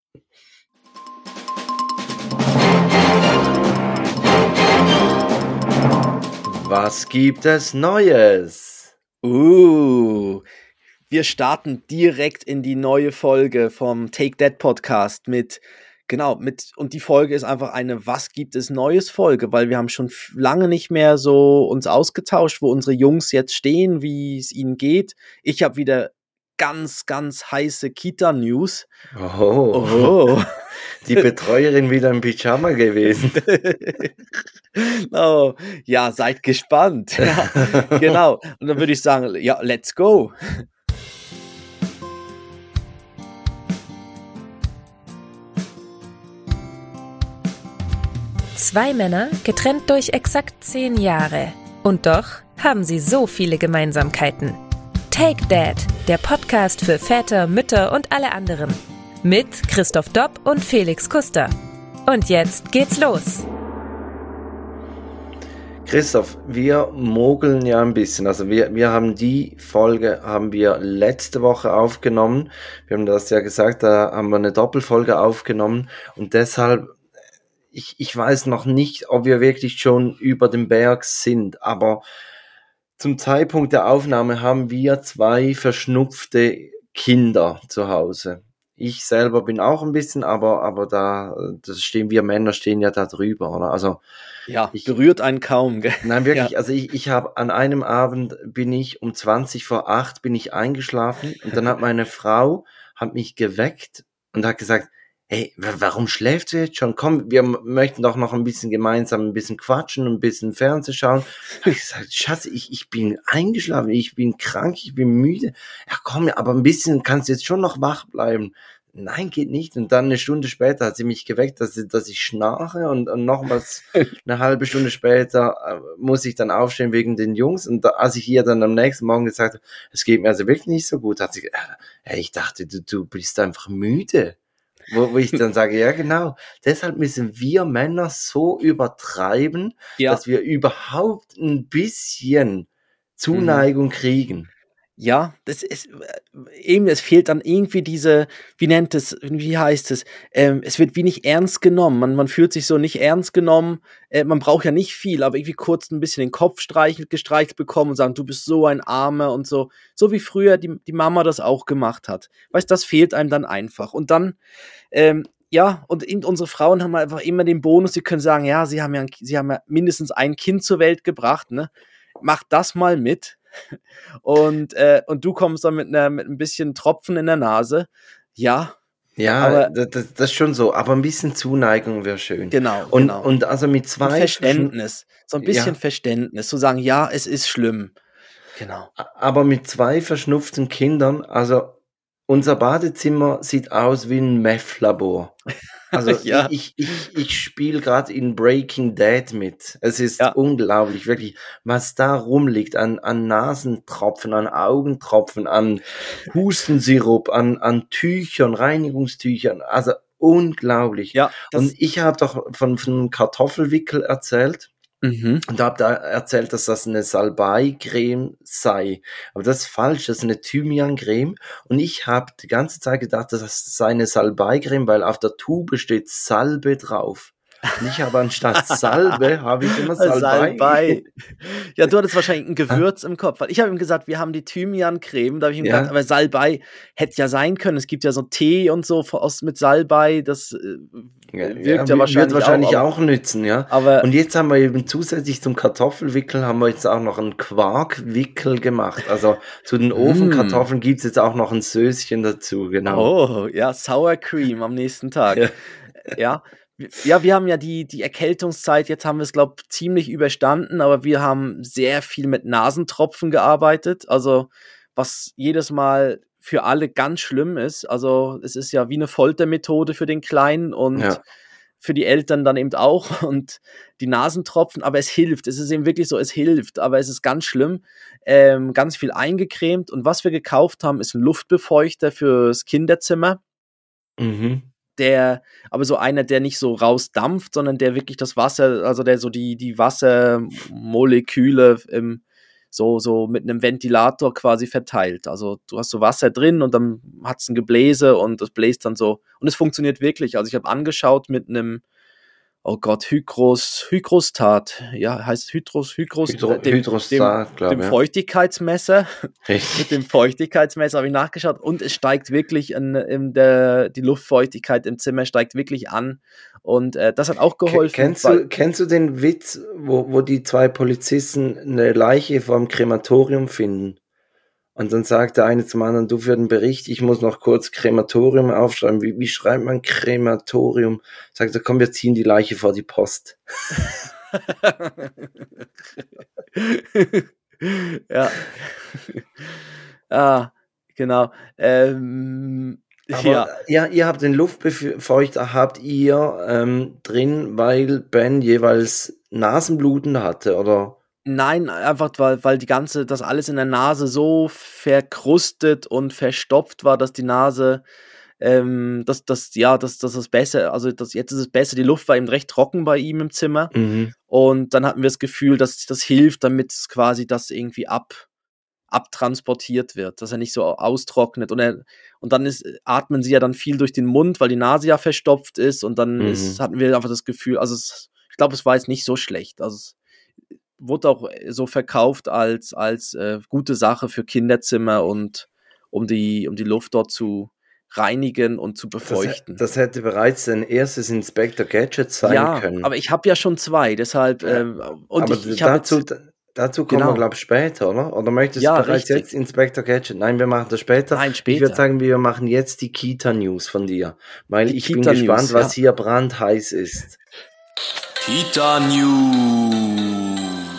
Was gibt es Neues? Wir starten direkt in die neue Folge vom Take That Podcast und die Folge ist einfach eine Was gibt es Neues Folge, weil wir haben schon lange nicht mehr so uns ausgetauscht, wo unsere Jungs jetzt stehen, wie es ihnen geht. Ich habe wieder ganz, ganz heiße Kita-News. Oh. Die Betreuerin wieder im Pyjama gewesen. Oh, ja, seid gespannt. Ja, genau. Und dann würde ich sagen, ja, let's go. Zwei Männer, getrennt durch exakt 10 Jahre. Und doch haben sie so viele Gemeinsamkeiten. Take That, der Podcast für Väter, Mütter und alle anderen. Mit Christoph Dopp und Felix Kuster. Und jetzt geht's los. Christoph, wir mogeln ja ein bisschen. Also wir haben die Folge letzte Woche aufgenommen. Wir haben das ja gesagt, da haben wir eine Doppelfolge aufgenommen. Und deshalb, ich weiß noch nicht, ob wir wirklich schon über dem Berg sind. Aber zum Zeitpunkt der Aufnahme haben wir 2 verschnupfte Kinder zu Hause. Ich selber bin auch ein bisschen, aber wir Männer stehen ja da drüber, oder? Also ja, berührt einen kaum, gell? Nein, wirklich. Ja. Also ich habe an einem Abend bin ich um 7:20 bin ich eingeschlafen und dann hat meine Frau mich geweckt und hat gesagt, hey, warum schläfst du jetzt schon? Komm, wir möchten doch noch ein bisschen gemeinsam ein bisschen quatschen, ein bisschen Fernsehen schauen. Hab ich gesagt, Schatz, ich bin eingeschlafen, ich bin krank, ich bin müde. Ja komm, aber ein bisschen kannst du jetzt schon noch wach bleiben. Nein, geht nicht. Und dann eine Stunde später hat sie mich geweckt, dass ich schnarche und nochmals eine halbe Stunde später muss ich dann aufstehen wegen den Jungs. Und als ich ihr dann am nächsten Morgen gesagt habe, es geht mir also wirklich nicht so gut, hat sie gesagt, ich dachte, du bist einfach müde. Wo ich dann sage, ja genau, deshalb müssen wir Männer so übertreiben, dass wir überhaupt ein bisschen Zuneigung kriegen. Ja, das ist eben, es fehlt dann irgendwie wie heißt es? Es wird wie nicht ernst genommen. Man fühlt sich so nicht ernst genommen. Man braucht ja nicht viel, aber irgendwie kurz ein bisschen den Kopf gestreichelt bekommen und sagen, du bist so ein Armer und so. So wie früher die Mama das auch gemacht hat. Weißt, das fehlt einem dann einfach. Und dann, unsere Frauen haben einfach immer den Bonus, sie können sagen, ja, sie haben ja mindestens ein Kind zur Welt gebracht, ne? Mach das mal mit. Und du kommst dann mit ein bisschen Tropfen in der Nase. Ja. Ja, aber das ist schon so, aber ein bisschen Zuneigung wäre schön. Genau. Und also mit 2 Verständnis. So ein bisschen Verständnis. Zu sagen, ja, es ist schlimm. Genau. Aber mit 2 verschnupften Kindern, also unser Badezimmer sieht aus wie ein Meth-Labor. Also Ja. ich spiele gerade in Breaking Bad mit. Es ist unglaublich, wirklich, was da rumliegt an Nasentropfen, an Augentropfen, an Hustensirup, an Tüchern, Reinigungstüchern. Also unglaublich. Ja, und ich habe doch von Kartoffelwickel erzählt. Mhm. Und habe da erzählt, dass das eine Salbei-Creme sei. Aber das ist falsch, das ist eine Thymian-Creme. Und ich habe die ganze Zeit gedacht, das sei eine Salbei-Creme, weil auf der Tube steht Salbe drauf. Und ich habe anstatt Salbe, habe ich immer Salbei. Ja, du hattest wahrscheinlich ein Gewürz im Kopf. Weil ich habe ihm gesagt, wir haben die Thymian-Creme. Da habe ich ihm gedacht, aber Salbei hätte ja sein können. Es gibt ja so Tee und so mit Salbei. Das wirkt ja wahrscheinlich wird wahrscheinlich auch nützen, ja. Aber und jetzt haben wir eben zusätzlich zum Kartoffelwickel haben wir jetzt auch noch einen Quarkwickel gemacht. Also zu den Ofenkartoffeln gibt es jetzt auch noch ein Söschen dazu, genau. Oh, ja, Sour Cream am nächsten Tag. Ja. Ja, wir haben ja die Erkältungszeit, jetzt haben wir es, glaube ich, ziemlich überstanden, aber wir haben sehr viel mit Nasentropfen gearbeitet, also was jedes Mal für alle ganz schlimm ist. Also es ist ja wie eine Foltermethode für den Kleinen und für die Eltern dann eben auch und die Nasentropfen, aber es hilft. Es ist eben wirklich so, es hilft, aber es ist ganz schlimm. Ganz viel eingecremt und was wir gekauft haben, ist ein Luftbefeuchter fürs Kinderzimmer. Mhm. Aber so einer, der nicht so rausdampft, sondern der wirklich das Wasser, also der so die Wassermoleküle so mit einem Ventilator quasi verteilt. Also du hast so Wasser drin und dann hat es ein Gebläse und das bläst dann so. Und es funktioniert wirklich. Also ich habe angeschaut mit einem, oh Gott, Hygrostat. Ja, heißt Hydrostat, glaube dem ich. Ja. Feuchtigkeitsmesser. Richtig. Mit dem Feuchtigkeitsmesser habe ich nachgeschaut und es steigt wirklich die Luftfeuchtigkeit im Zimmer steigt wirklich an. Und das hat auch geholfen. Kennst du den Witz, wo die 2 Polizisten eine Leiche vor dem Krematorium finden? Und dann sagt der eine zum anderen, du für den Bericht, ich muss noch kurz Krematorium aufschreiben. Wie schreibt man Krematorium? Sagt er, komm, wir ziehen die Leiche vor die Post. Ja. Ah, genau. Aber ja, ihr habt den Luftbefeuchter, habt ihr drin, weil Ben jeweils Nasenbluten hatte, oder? Nein, einfach weil das alles in der Nase so verkrustet und verstopft war, dass die Nase, dass das besser, also jetzt ist es besser, die Luft war eben recht trocken bei ihm im Zimmer. Mhm. Und dann hatten wir das Gefühl, dass das hilft, damit es quasi das irgendwie abtransportiert wird, dass er nicht so austrocknet. Und dann atmen sie ja dann viel durch den Mund, weil die Nase ja verstopft ist. Und dann hatten wir einfach das Gefühl, also ich glaube, es war jetzt nicht so schlecht. Also es wurde auch so verkauft als gute Sache für Kinderzimmer und um die Luft dort zu reinigen und zu befeuchten. Das hätte bereits ein erstes Inspector Gadget sein können. Aber ich habe ja schon 2, deshalb dazu kommen wir, glaube ich, später, oder? Oder möchtest du bereits jetzt Inspector Gadget? Nein, wir machen das später. Nein, später. Ich würde sagen, wir machen jetzt die Kita-News von dir, weil ich bin gespannt, was hier brandheiß ist. Kita-News.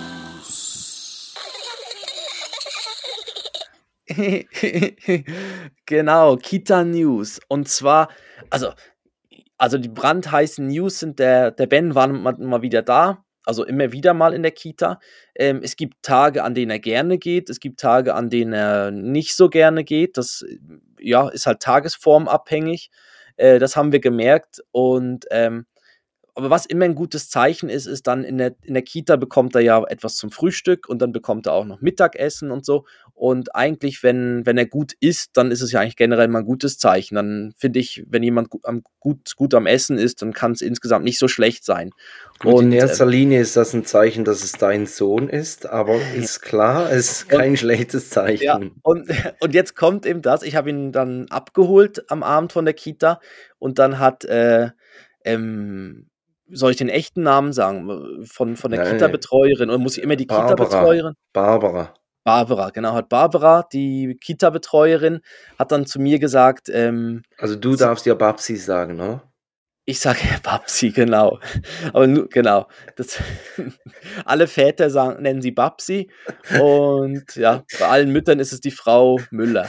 Genau, Kita-News. Und zwar, also die brandheißen News sind, der Ben war mal wieder da, also immer wieder mal in der Kita. Es gibt Tage, an denen er gerne geht, es gibt Tage, an denen er nicht so gerne geht. Das ist halt tagesformabhängig. Das haben wir gemerkt. Und aber was immer ein gutes Zeichen ist dann in der Kita bekommt er ja etwas zum Frühstück und dann bekommt er auch noch Mittagessen und so. Und eigentlich, wenn er gut isst, dann ist es ja eigentlich generell mal ein gutes Zeichen. Dann finde ich, wenn jemand gut am Essen ist, dann kann es insgesamt nicht so schlecht sein. Gut, in erster Linie ist das ein Zeichen, dass es dein Sohn ist, aber ist klar, es ist kein schlechtes Zeichen. Ja, und jetzt kommt eben das, ich habe ihn dann abgeholt am Abend von der Kita und dann hat soll ich den echten Namen sagen? Von der Kita-Betreuerin? Oder muss ich immer die Kita-Betreuerin? Barbara, genau. Hat Barbara, die Kita-Betreuerin, hat dann zu mir gesagt, also du darfst ja Babsi sagen, oder? Ich sage Babsi, genau. Aber genau. Alle Väter nennen sie Babsi. Und ja, bei allen Müttern ist es die Frau Müller.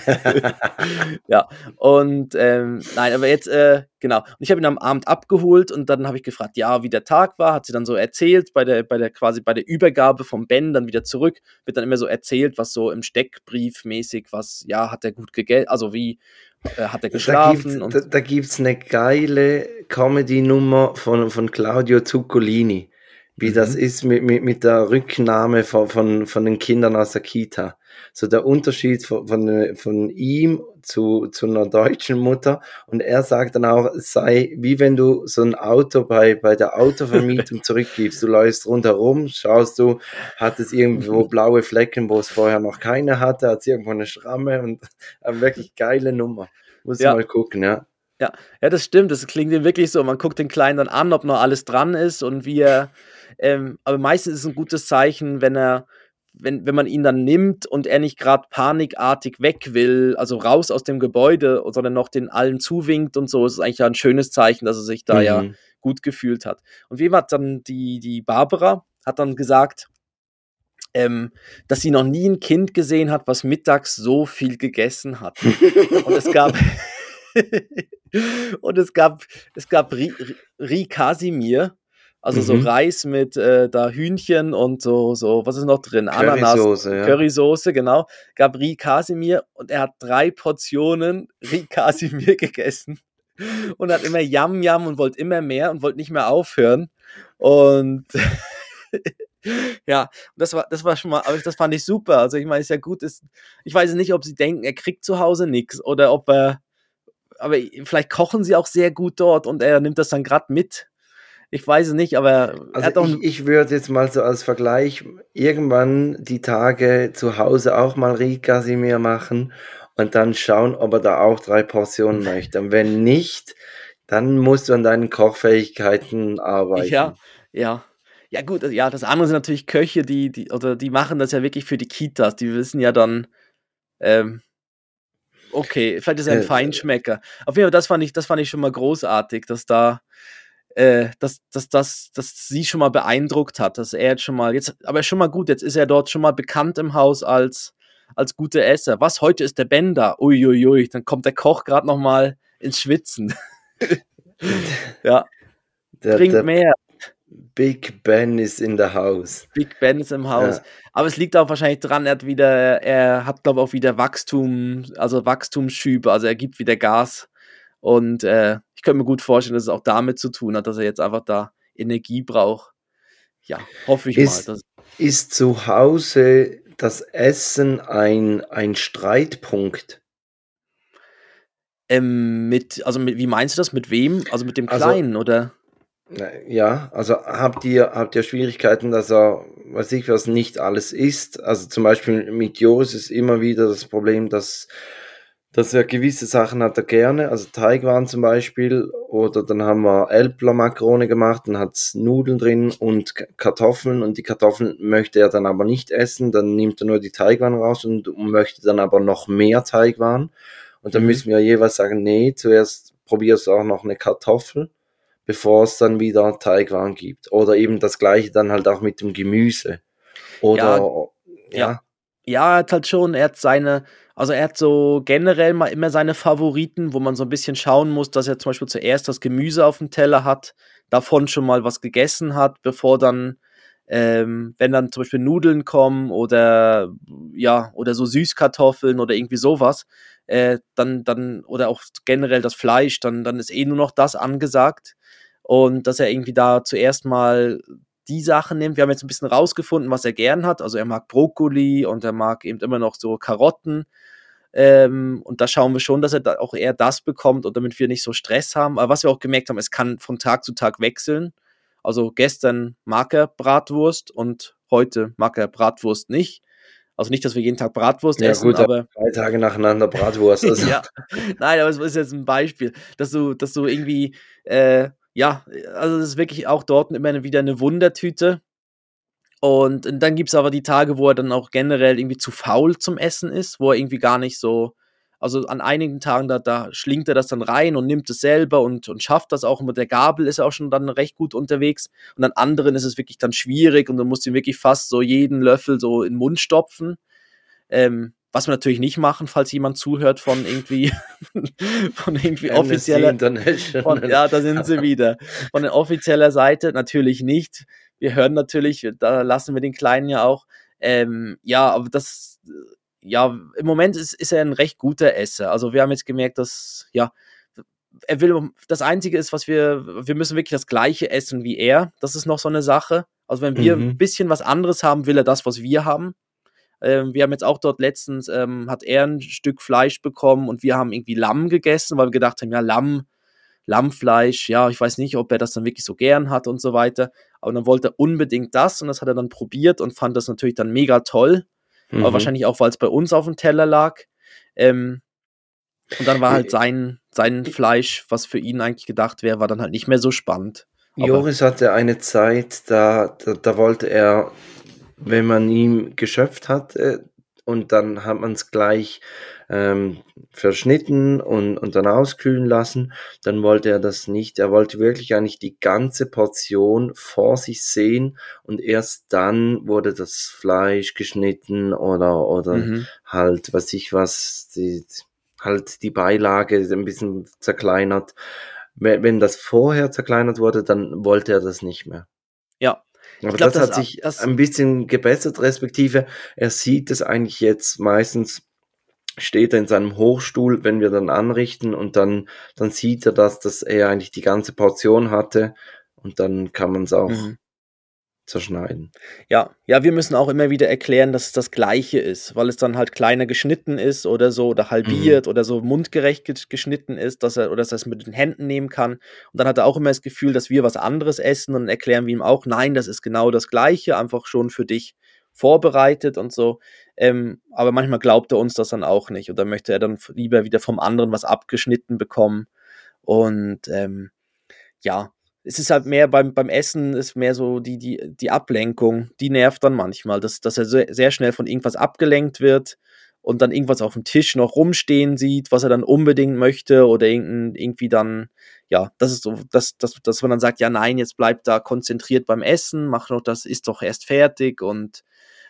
Ja, und nein, aber jetzt, genau. Und ich habe ihn am Abend abgeholt und dann habe ich gefragt, ja, wie der Tag war. Hat sie dann so erzählt, quasi bei der Übergabe vom Ben dann wieder zurück, wird dann immer so erzählt, was so im Steckbrief mäßig, hat er gut gegessen, also wie hat er geschlafen. Da gibt's eine geile Comedy-Nummer von Claudio Zuccolini, wie das ist mit der Rücknahme von den Kindern aus der Kita. So der Unterschied von ihm zu einer deutschen Mutter. Und er sagt dann auch, es sei wie wenn du so ein Auto bei der Autovermietung zurückgibst. Du läufst rundherum, schaust du, hat es irgendwo blaue Flecken, wo es vorher noch keine hatte, hat es irgendwo eine Schramme und eine wirklich geile Nummer. Muss ich mal gucken, ja. Ja, das stimmt, das klingt ihm wirklich so. Man guckt den Kleinen dann an, ob noch alles dran ist und wie er, aber meistens ist es ein gutes Zeichen, wenn man ihn dann nimmt und er nicht gerade panikartig weg will, also raus aus dem Gebäude, sondern noch den allen zuwinkt und so, ist es eigentlich ja ein schönes Zeichen, dass er sich da ja gut gefühlt hat. Und wie hat dann die Barbara, hat dann gesagt, dass sie noch nie ein Kind gesehen hat, was mittags so viel gegessen hat. Und es gab Casimir, also so Reis mit da Hühnchen und so, was ist noch drin? Ananas, Currysoße, genau. Gab Casimir und er hat 3 Portionen Casimir gegessen und hat immer Yam und wollte immer mehr und wollte nicht mehr aufhören. Und Ja, das war schon mal, aber das fand ich super. Also ich meine, ist ja gut, ich weiß nicht, ob sie denken, er kriegt zu Hause nichts oder ob er, aber vielleicht kochen sie auch sehr gut dort und er nimmt das dann gerade mit. Ich weiß es nicht, aber er Also hat auch ich würde jetzt mal so als Vergleich irgendwann die Tage zu Hause auch mal Riz-Casimir machen und dann schauen, ob er da auch 3 Portionen möchte. Und wenn nicht, dann musst du an deinen Kochfähigkeiten ja, arbeiten. ja. Ja gut, ja, das andere sind natürlich Köche, die machen das ja wirklich für die Kitas. Die wissen ja dann, ähm, okay, vielleicht ist er ein Äh, Feinschmecker. Auf jeden Fall, das fand ich schon mal großartig, dass da, dass sie schon mal beeindruckt hat, dass er jetzt schon mal, aber schon mal gut, jetzt ist er dort schon mal bekannt im Haus als guter Esser. Was, heute ist der Ben da? Uiuiui, dann kommt der Koch gerade noch mal ins Schwitzen. Ja, der, bringt der mehr. Big Ben ist in the house. Big Ben ist im Haus. Ja. Aber es liegt auch wahrscheinlich dran, er hat, glaube ich, auch wieder Wachstumsschübe, also er gibt wieder Gas. Und ich könnte mir gut vorstellen, dass es auch damit zu tun hat, dass er jetzt einfach da Energie braucht. Ja, hoffe ich mal. Ist zu Hause das Essen ein Streitpunkt? Wie meinst du das? Mit wem? Also mit dem Also, Kleinen, oder? ja, also habt ihr Schwierigkeiten, dass er, weiß ich was, nicht alles isst? Also zum Beispiel mit Joris ist immer wieder das Problem, dass er gewisse Sachen hat er gerne, also Teigwaren zum Beispiel, oder dann haben wir Elbler-Makrone gemacht, dann hat's Nudeln drin und Kartoffeln und die Kartoffeln möchte er dann aber nicht essen, dann nimmt er nur die Teigwaren raus und möchte dann aber noch mehr Teigwaren und dann müssen wir jeweils sagen, nee, zuerst probierst du auch noch eine Kartoffel, bevor es dann wieder Teigwaren gibt. Oder eben das gleiche dann halt auch mit dem Gemüse. Ja, Oder, ja. ja. Ja, er hat halt schon, also er hat so generell mal immer seine Favoriten, wo man so ein bisschen schauen muss, dass er zum Beispiel zuerst das Gemüse auf dem Teller hat, davon schon mal was gegessen hat, bevor dann, wenn dann zum Beispiel Nudeln kommen oder ja, oder so Süßkartoffeln oder irgendwie sowas, oder auch generell das Fleisch, dann ist nur noch das angesagt. Und dass er irgendwie da zuerst mal die Sachen nimmt. Wir haben jetzt ein bisschen rausgefunden, was er gern hat. Also er mag Brokkoli und er mag eben immer noch so Karotten. Und da schauen wir schon, dass er da auch eher das bekommt und damit wir nicht so Stress haben. Aber was wir auch gemerkt haben, es kann von Tag zu Tag wechseln. Also gestern mag er Bratwurst und heute mag er Bratwurst nicht. Also nicht, dass wir jeden Tag Bratwurst Ja essen, gut, aber 3 Tage nacheinander Bratwurst. Also. ja, nein, aber es ist jetzt ein Beispiel, dass du irgendwie, ja, also das ist wirklich auch dort immer wieder eine Wundertüte. Und dann gibt's aber die Tage, wo er dann auch generell irgendwie zu faul zum Essen ist, wo er irgendwie gar nicht so, also an einigen Tagen, da schlingt er das dann rein und nimmt es selber und schafft das auch. Mit der Gabel ist er auch schon dann recht gut unterwegs. Und an anderen ist es wirklich dann schwierig und dann musst du ihm wirklich fast so jeden Löffel so in den Mund stopfen. Was wir natürlich nicht machen, falls jemand zuhört von irgendwie, von irgendwie Amnesty offizieller, International. ja, da sind sie wieder. Von der offizieller Seite natürlich nicht. Wir hören natürlich, da lassen wir den Kleinen ja auch. Ja, aber ja, im Moment ist er ein recht guter Esser. Also wir haben jetzt gemerkt, dass, ja, das Einzige ist, wir müssen wirklich das Gleiche essen wie er. Das ist noch so eine Sache. Also wenn wir ein bisschen was anderes haben, will er das, was wir haben. Wir haben jetzt auch dort letztens, hat er ein Stück Fleisch bekommen und wir haben irgendwie Lamm gegessen, weil wir gedacht haben, ja, Lammfleisch, ja, ich weiß nicht, ob er das dann wirklich so gern hat und so weiter. Aber dann wollte er unbedingt das und das hat er dann probiert und fand das natürlich dann mega toll. Aber wahrscheinlich auch, weil es bei uns auf dem Teller lag. Und dann war halt sein Fleisch, was für ihn eigentlich gedacht wäre, war dann halt nicht mehr so spannend. Joris hatte eine Zeit, da wollte er, wenn man ihm geschöpft hat, und dann hat man es gleich verschnitten und dann auskühlen lassen, dann wollte er das nicht. Er wollte wirklich eigentlich die ganze Portion vor sich sehen und erst dann wurde das Fleisch geschnitten oder halt, was ich was, halt die Beilage ein bisschen zerkleinert. Wenn das vorher zerkleinert wurde, dann wollte er das nicht mehr. Ja. Aber das hat sich ein bisschen gebessert, respektive er sieht es eigentlich jetzt meistens, steht er in seinem Hochstuhl, wenn wir dann anrichten und dann sieht er das, dass er eigentlich die ganze Portion hatte und dann kann man es auch zerschneiden. Ja, wir müssen auch immer wieder erklären, dass es das Gleiche ist, weil es dann halt kleiner geschnitten ist oder so oder halbiert oder so mundgerecht geschnitten ist, dass er es mit den Händen nehmen kann. Und dann hat er auch immer das Gefühl, dass wir was anderes essen und dann erklären wir ihm auch, nein, das ist genau das Gleiche, einfach schon für dich vorbereitet und so. Aber manchmal glaubt er uns das dann auch nicht oder möchte er dann lieber wieder vom anderen was abgeschnitten bekommen. Und ja, es ist halt mehr beim Essen ist mehr so die Ablenkung, die nervt dann manchmal, dass er sehr, sehr schnell von irgendwas abgelenkt wird und dann irgendwas auf dem Tisch noch rumstehen sieht, was er dann unbedingt möchte oder irgendwie dann, ja, das ist so, dass man dann sagt, ja nein, jetzt bleib da konzentriert beim Essen, mach noch das, ist doch erst fertig und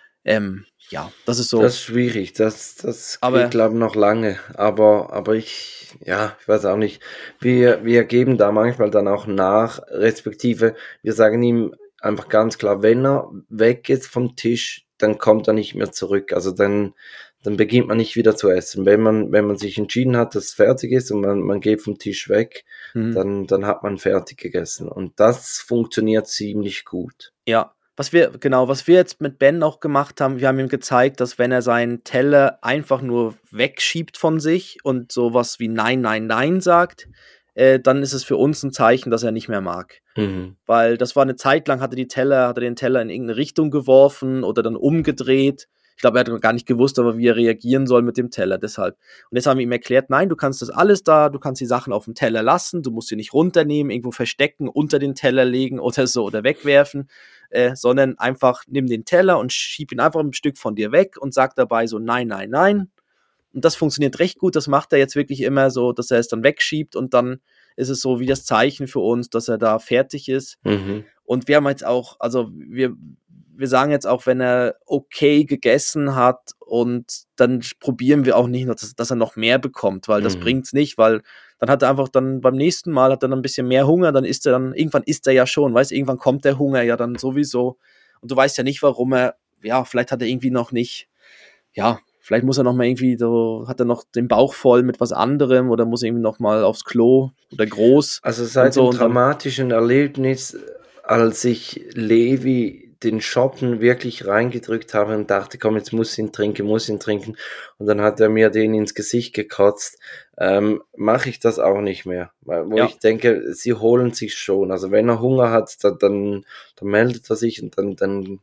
ja, das ist so. Das ist schwierig, das Aber- geht, glaube ich, noch lange. Aber ich weiß auch nicht. Wir geben da manchmal dann auch nach, respektive wir sagen ihm einfach ganz klar, wenn er weg ist vom Tisch, dann kommt er nicht mehr zurück. Also dann beginnt man nicht wieder zu essen. Wenn man sich entschieden hat, dass es fertig ist und man geht vom Tisch weg, dann hat man fertig gegessen. Und das funktioniert ziemlich gut. Ja, was wir jetzt mit Ben auch gemacht haben, wir haben ihm gezeigt, dass wenn er seinen Teller einfach nur wegschiebt von sich und sowas wie Nein, Nein, Nein sagt, dann ist es für uns ein Zeichen, dass er nicht mehr mag. Weil das war eine Zeit lang, hat er den Teller in irgendeine Richtung geworfen oder dann umgedreht. Ich glaube, er hat gar nicht gewusst, aber wie er reagieren soll mit dem Teller, deshalb. Und jetzt haben wir ihm erklärt, nein, du kannst das alles da, du kannst die Sachen auf dem Teller lassen, du musst sie nicht runternehmen, irgendwo verstecken, unter den Teller legen oder so oder wegwerfen, sondern einfach nimm den Teller und schieb ihn einfach ein Stück von dir weg und sag dabei so nein, nein, nein. Und das funktioniert recht gut, das macht er jetzt wirklich immer so, dass er es dann wegschiebt und dann ist es so wie das Zeichen für uns, dass er da fertig ist. Und wir haben jetzt auch, also wir sagen jetzt auch, wenn er okay gegessen hat und dann probieren wir auch nicht noch, dass er noch mehr bekommt, weil das bringt's nicht, weil dann hat er einfach dann beim nächsten Mal hat er dann ein bisschen mehr Hunger, dann irgendwann isst er ja schon, weißt, irgendwann kommt der Hunger ja dann sowieso und du weißt ja nicht, warum vielleicht hat er irgendwie noch nicht, vielleicht muss er noch mal irgendwie so, hat er noch den Bauch voll mit was anderem oder muss irgendwie noch mal aufs Klo oder groß. Also seit dem dramatischen Erlebnis, als ich Levi den Schoppen wirklich reingedrückt habe und dachte, komm, jetzt muss ich ihn trinken. Und dann hat er mir den ins Gesicht gekotzt. Mache ich das auch nicht mehr. Ich denke, sie holen sich schon. Also wenn er Hunger hat, dann meldet er sich und dann.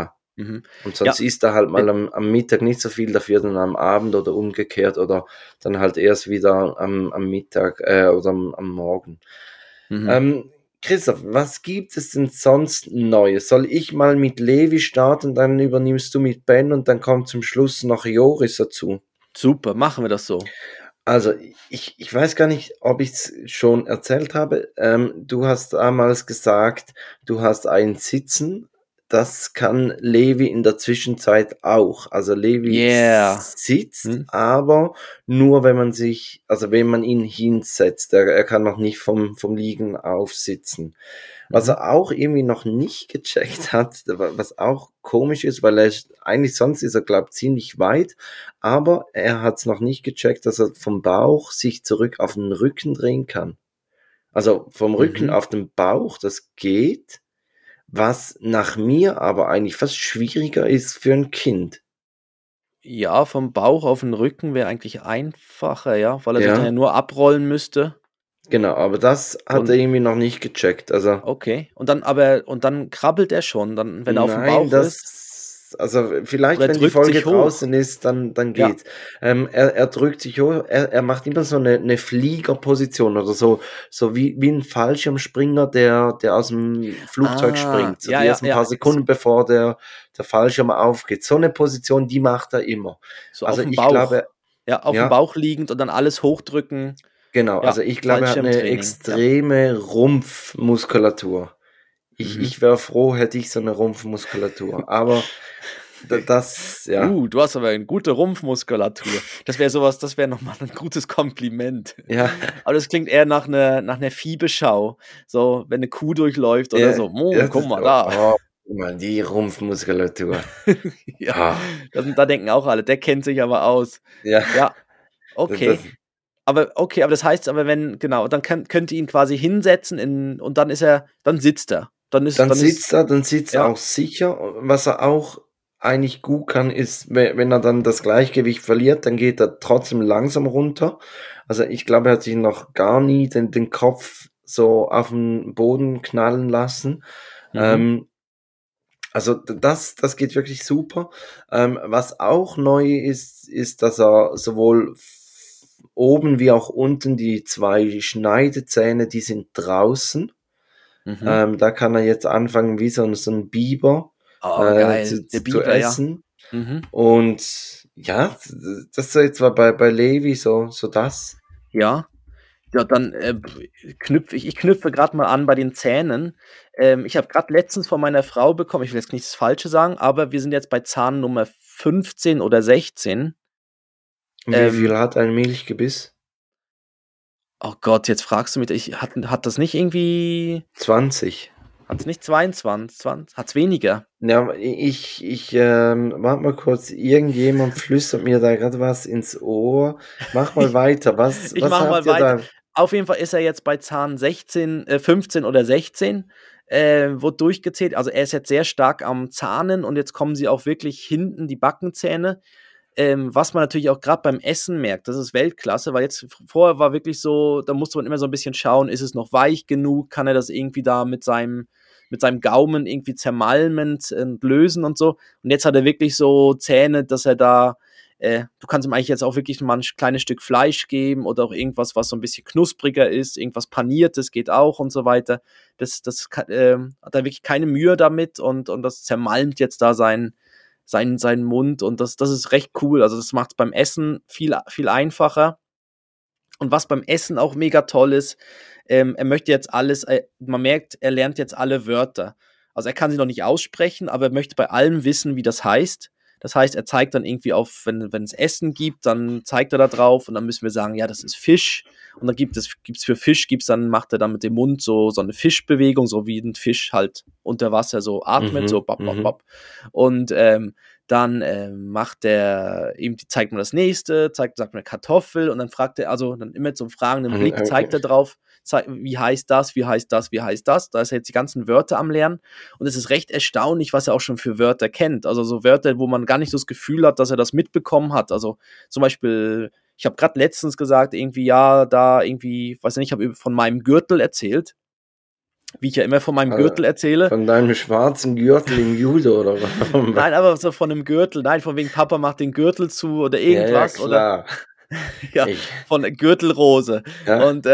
Und sonst isst er halt mal am Mittag nicht so viel, dafür dann am Abend oder umgekehrt oder dann halt erst wieder am Mittag oder am Morgen. Christoph, was gibt es denn sonst Neues? Soll ich mal mit Levi starten, dann übernimmst du mit Ben und dann kommt zum Schluss noch Joris dazu? Super, machen wir das so. Also, ich weiß gar nicht, ob ich es schon erzählt habe. Du hast damals gesagt, du hast ein Sitzen. Das kann Levi in der Zwischenzeit auch. Also Levi sitzt, aber nur wenn man ihn hinsetzt. Er kann noch nicht vom Liegen aufsitzen. Was er auch irgendwie noch nicht gecheckt hat, was auch komisch ist, weil eigentlich sonst ist er, glaube ich, ziemlich weit, aber er hat es noch nicht gecheckt, dass er vom Bauch sich zurück auf den Rücken drehen kann. Also vom Rücken auf den Bauch, das geht. Was nach mir aber eigentlich fast schwieriger ist für ein Kind. Ja, vom Bauch auf den Rücken wäre eigentlich einfacher, ja, weil er sich dann ja nur abrollen müsste. Genau, aber das hat er irgendwie noch nicht gecheckt. Also okay, und dann krabbelt er schon, dann, wenn er auf dem Bauch ist. Also vielleicht, wenn die Folge draußen ist, dann geht's. Er drückt sich hoch, er macht immer so eine Fliegerposition oder so wie ein Fallschirmspringer, der aus dem Flugzeug springt. So die ersten paar Sekunden, bevor der Fallschirm aufgeht. So eine Position, die macht er immer. So also auf dem Bauch. Glaube, auf dem Bauch liegend und dann alles hochdrücken. Genau, also ich glaube, er hat eine extreme Rumpfmuskulatur. Ich wäre froh, hätte ich so eine Rumpfmuskulatur, aber das, du hast aber eine gute Rumpfmuskulatur. Das wäre nochmal ein gutes Kompliment. Ja. Aber das klingt eher nach einer Viehbeschau, so, wenn eine Kuh durchläuft oder so, guck mal da. Guck mal, die Rumpfmuskulatur. Da denken auch alle, der kennt sich aber aus. Ja, okay. Aber das heißt, wenn, genau, dann könnt ihr ihn quasi hinsetzen und dann sitzt er. dann ist, Dann sitzt er ja, auch sicher. Was er auch eigentlich gut kann, ist, wenn er dann das Gleichgewicht verliert, dann geht er trotzdem langsam runter. Also ich glaube, er hat sich noch gar nie den Kopf so auf den Boden knallen lassen. mhm, Also das geht wirklich super. Was auch neu ist, dass er sowohl oben wie auch unten die zwei Schneidezähne, die sind draußen. mhm. Da kann er jetzt anfangen, wie so ein Biber Oh, geil. Der zu Biber, ja. essen. Mhm. Und ja, das ist jetzt war bei Levi so das. Ja. Ja, dann ich knüpfe gerade mal an bei den Zähnen. Ich habe gerade letztens von meiner Frau bekommen, ich will jetzt nichts Falsches sagen, aber wir sind jetzt bei Zahn Nummer 15 oder 16. Wie viel Ähm, hat ein Milchgebiss? oh Gott, jetzt fragst du mich, hat das nicht irgendwie, 20. hat es nicht 22, 20, hat es weniger? Ja, warte mal kurz, irgendjemand flüstert mir da gerade was ins Ohr. Mach mal weiter. Ich Was mache habt mal ihr weiter. da? Auf jeden Fall ist er jetzt bei Zahn 16, 15 oder 16, wurde durchgezählt. Also er ist jetzt sehr stark am Zahnen und jetzt kommen sie auch wirklich hinten, die Backenzähne. Was man natürlich auch gerade beim Essen merkt, das ist Weltklasse, weil jetzt vorher war wirklich so, da musste man immer so ein bisschen schauen, ist es noch weich genug, kann er das irgendwie da mit seinem Gaumen irgendwie zermalmend lösen und so. Und jetzt hat er wirklich so Zähne, dass er da, du kannst ihm eigentlich jetzt auch wirklich mal ein kleines Stück Fleisch geben oder auch irgendwas, was so ein bisschen knuspriger ist, irgendwas Paniertes geht auch und so weiter. Das hat er wirklich keine Mühe damit und das zermalmt jetzt da seinen Mund und das ist recht cool. Also das macht es beim Essen viel, viel einfacher. Und was beim Essen auch mega toll ist, er möchte jetzt alles, man merkt, er lernt jetzt alle Wörter. Also er kann sie noch nicht aussprechen, aber er möchte bei allem wissen, wie das heißt. Das heißt, er zeigt dann irgendwie auf, wenn es Essen gibt, dann zeigt er da drauf und dann müssen wir sagen, ja, das ist Fisch. Und dann gibt's für Fisch, macht er dann mit dem Mund so eine Fischbewegung, so wie ein Fisch halt unter Wasser so atmet, so Mhm, bap, bap, mhm. bap. Und dann zeigt man das nächste, sagt man eine Kartoffel und dann fragt er, also dann immer zum fragenden Blick zeigt er drauf, wie heißt das, wie heißt das, wie heißt das. Da ist er jetzt die ganzen Wörter am Lernen und es ist recht erstaunlich, was er auch schon für Wörter kennt. Also so Wörter, wo man gar nicht so das Gefühl hat, dass er das mitbekommen hat. Also zum Beispiel, ich habe gerade letztens gesagt, irgendwie, ja, da irgendwie, weiß nicht, ich habe von meinem Gürtel erzählt, wie ich ja immer von meinem Also, Gürtel erzähle. von deinem schwarzen Gürtel im Judo oder was? Nein, aber so von einem Gürtel. Nein, von wegen Papa macht den Gürtel zu oder Ja, ja, irgendwas oder klar. ja, Ich, von der Gürtelrose. ja. Und,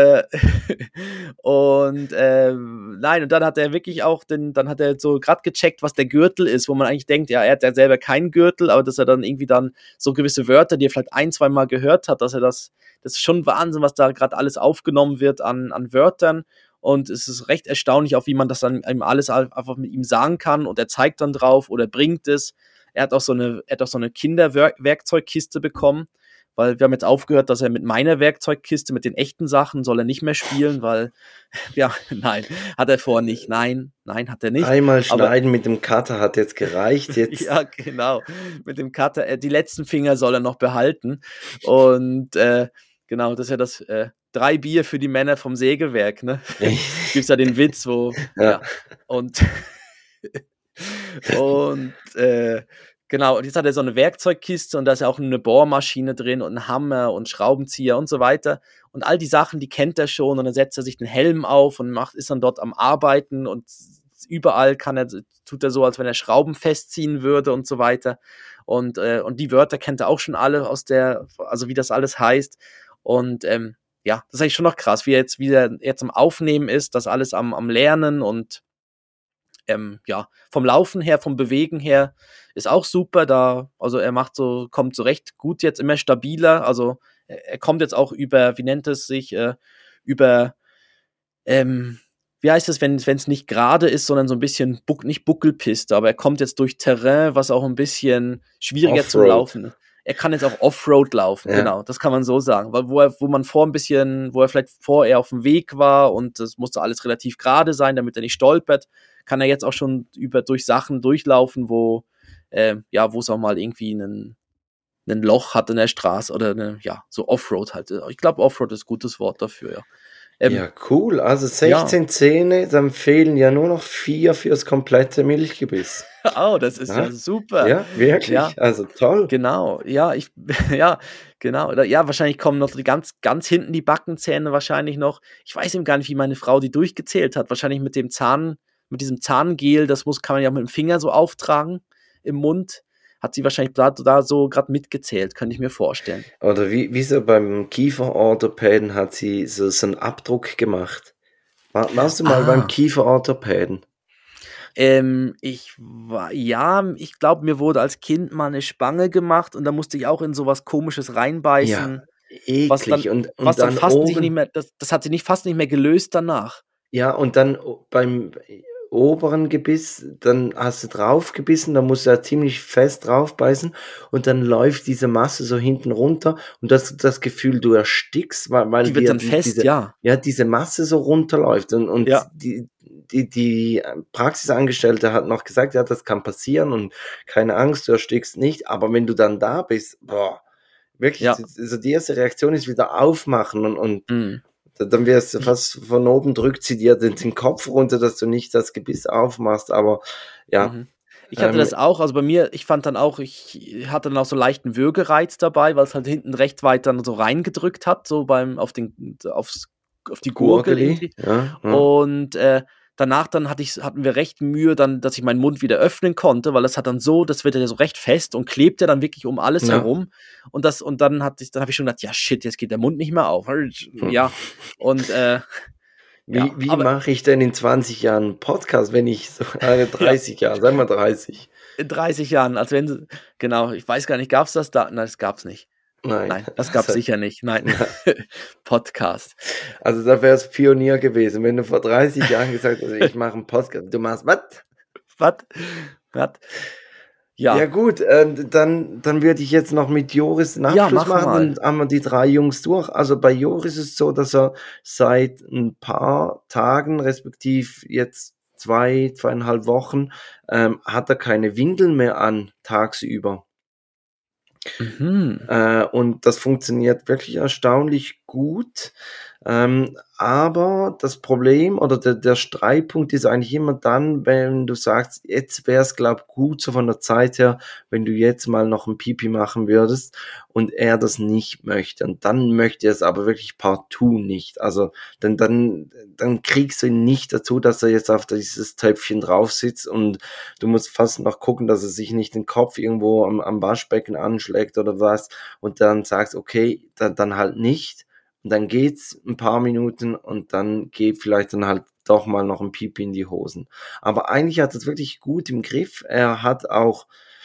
nein, und dann hat er wirklich auch dann hat er so gerade gecheckt, was der Gürtel ist, wo man eigentlich denkt, ja, er hat ja selber keinen Gürtel, aber dass er dann irgendwie dann so gewisse Wörter, die er vielleicht ein, zwei Mal gehört hat, das ist schon Wahnsinn, was da gerade alles aufgenommen wird an Wörtern. Und es ist recht erstaunlich, auch wie man das dann ihm alles einfach mit ihm sagen kann und er zeigt dann drauf oder bringt es. Er hat auch so eine Kinderwerkzeugkiste bekommen, weil wir haben jetzt aufgehört, dass er mit meiner Werkzeugkiste, mit den echten Sachen, soll er nicht mehr spielen, weil, ja, nein, hat er vor nicht. Nein, hat er nicht. Einmal Aber, schneiden mit dem Cutter hat jetzt gereicht. Jetzt. ja, genau, mit dem Cutter, die letzten Finger soll er noch behalten. Und, genau, das ist ja das 3 Bier für die Männer vom Sägewerk, ne? Gibt's ja den Witz, wo, Ja. ja, und und genau, und jetzt hat er so eine Werkzeugkiste und da ist ja auch eine Bohrmaschine drin und ein Hammer und Schraubenzieher und so weiter. Und all die Sachen, die kennt er schon und dann setzt er sich den Helm auf und ist dann dort am Arbeiten und überall tut er so, als wenn er Schrauben festziehen würde und so weiter. Und die Wörter kennt er auch schon alle also wie das alles heißt. Und ja, das ist eigentlich schon noch krass, wie er jetzt am Aufnehmen ist, das alles am Lernen und ja, vom Laufen her, vom Bewegen her ist auch super. Also er kommt so recht gut jetzt, immer stabiler. Also er kommt jetzt auch über, wie nennt es sich, über, wie heißt es, wenn es nicht gerade ist, sondern so ein bisschen, nicht Buckelpiste, aber er kommt jetzt durch Terrain, was auch ein bisschen schwieriger zum Offroad. Laufen ist. Er kann jetzt auch Offroad laufen, Ja. genau, das kann man so sagen. Weil wo er vielleicht vorher auf dem Weg war und das musste alles relativ gerade sein, damit er nicht stolpert, kann er jetzt auch schon durch Sachen durchlaufen, wo es auch mal irgendwie ein Loch hat in der Straße oder so Offroad halt. Ich glaube, Offroad ist ein gutes Wort dafür, ja. Ja, cool. Also Ja, 16 Zähne, dann fehlen ja nur noch 4 fürs komplette Milchgebiss. oh, das ist ja Ja, super. ja, Ja, wirklich. Also toll. genau. Ja, ja, genau. Ja, wahrscheinlich kommen noch die ganz hinten die Backenzähne wahrscheinlich noch. Ich weiß eben gar nicht, wie meine Frau die durchgezählt hat. Wahrscheinlich mit diesem Zahngel, kann man ja mit dem Finger so auftragen im Mund. Hat sie wahrscheinlich da so gerade mitgezählt, könnte ich mir vorstellen. Oder wie so beim Kieferorthopäden hat sie so einen Abdruck gemacht. Warst du mal beim Ah, Kieferorthopäden? ich glaube, mir wurde als Kind mal eine Spange gemacht und da musste ich auch in so was Komisches Ja, reinbeißen, was eklig. dann Und dann fast sich nicht oben, mehr das hat sich nicht fast nicht mehr gelöst danach. ja, und dann beim oberen Gebiss, dann hast du drauf gebissen, da musst du ja ziemlich fest drauf beißen und dann läuft diese Masse so hinten runter und das Gefühl, du erstickst, weil Die wird dir dann fest, ja. diese Masse so runterläuft und Ja, die Praxisangestellte hat noch gesagt, ja, das kann passieren und keine Angst, du erstickst nicht, aber wenn du dann da bist, boah, wirklich, ja, also die erste Reaktion ist wieder aufmachen und mhm. dann wirst du Ich fast von oben, drückt sie dir den Kopf runter, dass du nicht das Gebiss aufmachst, aber ja, mhm. Ich hatte ähm, das auch, also bei mir ich fand dann auch ich hatte dann auch so leichten Würgereiz dabei, weil's halt hinten recht weit dann so reingedrückt hat, so auf die Gurgel Gurgeli, irgendwie. ja, ja, Und, danach dann hatten wir recht Mühe dann, dass ich meinen Mund wieder öffnen konnte, weil das wird ja so recht fest und klebt ja dann wirklich um alles ja. herum. Und dann habe ich schon gedacht: „Ja, shit, jetzt geht der Mund nicht mehr auf.“ Hm. Ja, und, Wie, ja, wie aber mache ich denn in 20 Jahren einen Podcast, wenn ich so, ja, 30 Jahre, sagen wir 30? in 30 Jahren, als wenn sie genau, ich weiß gar nicht, gab's das da? Nein, das gab's nicht. Nein, Nein, das gab's sicher nicht. Nein. ja. Podcast. Also da wär's Pionier gewesen, wenn du vor 30 Jahren gesagt hast, ich mache einen Podcast. Du machst was? Was? Was? Ja Ja. gut, dann würde ich jetzt noch mit Joris 'n Ja, Abschluss mache machen, mal. dann haben wir die 3 Jungs durch. Also, bei Joris ist es so, dass er seit ein paar Tagen, respektiv jetzt 2, 2,5 Wochen, hat er keine Windeln mehr an tagsüber. Mhm. Und das funktioniert wirklich erstaunlich gut. Aber das Problem oder der Streitpunkt ist eigentlich immer dann, wenn du sagst, jetzt wäre es, glaube ich, gut so von der Zeit her, wenn du jetzt mal noch ein Pipi machen würdest und er das nicht möchte. Und dann möchte er es aber wirklich partout nicht. Also dann kriegst du ihn nicht dazu, dass er jetzt auf dieses Töpfchen drauf sitzt und du musst fast noch gucken, dass er sich nicht den Kopf irgendwo am Waschbecken anschlägt oder was und dann sagst, okay, dann halt nicht. Und dann geht's ein paar Minuten und dann geht vielleicht dann halt doch mal noch ein Pipi in die Hosen. Aber eigentlich hat er's wirklich gut im Griff. Er hat auch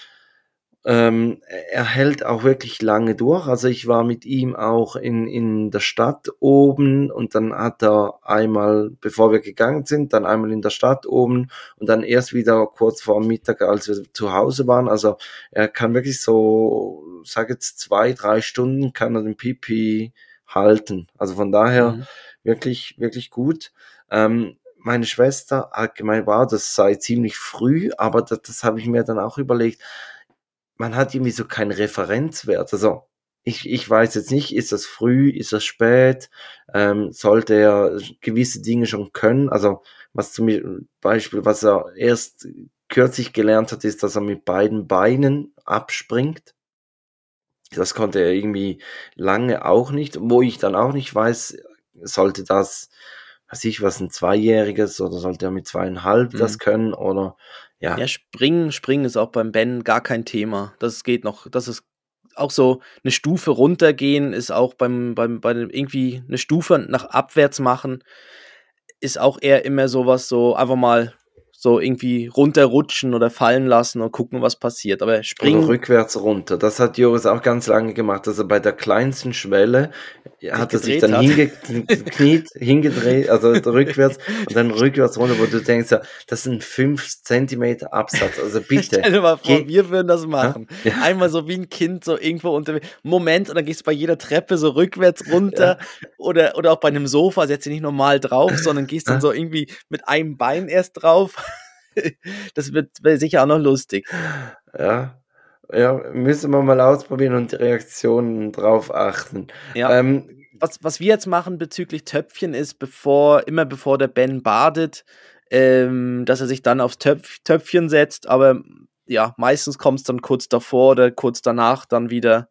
er hält auch wirklich lange durch. Also, ich war mit ihm auch in der Stadt oben und dann hat er einmal, bevor wir gegangen sind, dann einmal in der Stadt oben und dann erst wieder kurz vor Mittag, als wir zu Hause waren. Also, er kann wirklich so, sage jetzt 2, 3 Stunden kann er den Pipi halten. Also, von daher Mhm. wirklich, wirklich gut. Meine Schwester hat gemeint, wow, das sei ziemlich früh, aber das habe ich mir dann auch überlegt, man hat irgendwie so keinen Referenzwert. Also, ich weiß jetzt nicht, ist das früh, ist das spät, sollte er gewisse Dinge schon können? Also, was zum Beispiel, was er erst kürzlich gelernt hat, ist, dass er mit beiden Beinen abspringt. Das konnte er irgendwie lange auch nicht, wo ich dann auch nicht weiß, sollte das, weiß ich was, 'n Zweijähriges oder sollte er mit 2,5 das Mhm. können oder ja. Ja, Springen ist auch beim Ben gar kein Thema. Das geht noch. Das ist auch so eine Stufe runtergehen ist auch bei dem irgendwie eine Stufe nach abwärts machen, ist auch eher immer so was so einfach mal so irgendwie runterrutschen oder fallen lassen und gucken, was passiert. Aber Oder Springen rückwärts runter. Das hat Joris auch ganz lange gemacht. Also bei der kleinsten Schwelle sich hat er sich gedreht dann hat. hingekniet, hingedreht, also rückwärts und dann rückwärts runter, wo du denkst, ja, das sind 5 Zentimeter Absatz. Also bitte, Stell dir mal vor, geh, wir würden das hä? machen. Ja, Einmal so wie 'n Kind so irgendwo Moment und dann gehst du bei jeder Treppe so rückwärts runter ja, oder auch bei 'nem Sofa, setzt dich nicht normal drauf, sondern gehst dann hä? so irgendwie mit einem Bein erst drauf. Das wäre sicher auch noch lustig. Ja, ja, müssen wir mal ausprobieren und die Reaktionen drauf achten. Ja. was wir jetzt machen bezüglich Töpfchen ist, immer bevor der Ben badet, dass er sich dann aufs Töpfchen setzt, aber ja, meistens kommt es dann kurz davor oder kurz danach dann wieder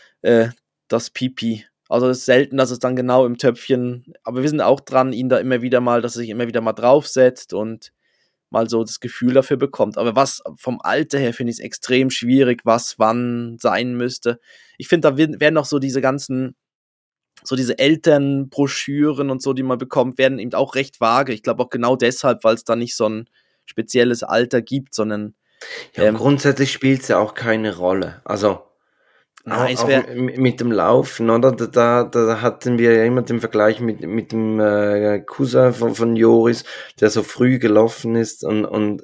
das Pipi. Also es ist selten, dass es dann genau im Töpfchen, aber wir sind auch dran, ihn da immer wieder mal, dass er sich immer wieder mal draufsetzt und mal so das Gefühl dafür bekommt. Aber was vom Alter her finde ich es extrem schwierig, was wann sein müsste. Ich finde, da werden noch so diese ganzen, so diese Elternbroschüren und so, die man bekommt, werden eben auch recht vage. Ich glaube auch genau deshalb, weil es da nicht so ein spezielles Alter gibt, sondern Ja, grundsätzlich spielt es ja auch keine Rolle. Also nein, es auch wäre mit dem Laufen, oder? Da hatten wir ja immer den Vergleich mit dem Cousin von Joris, der so früh gelaufen ist und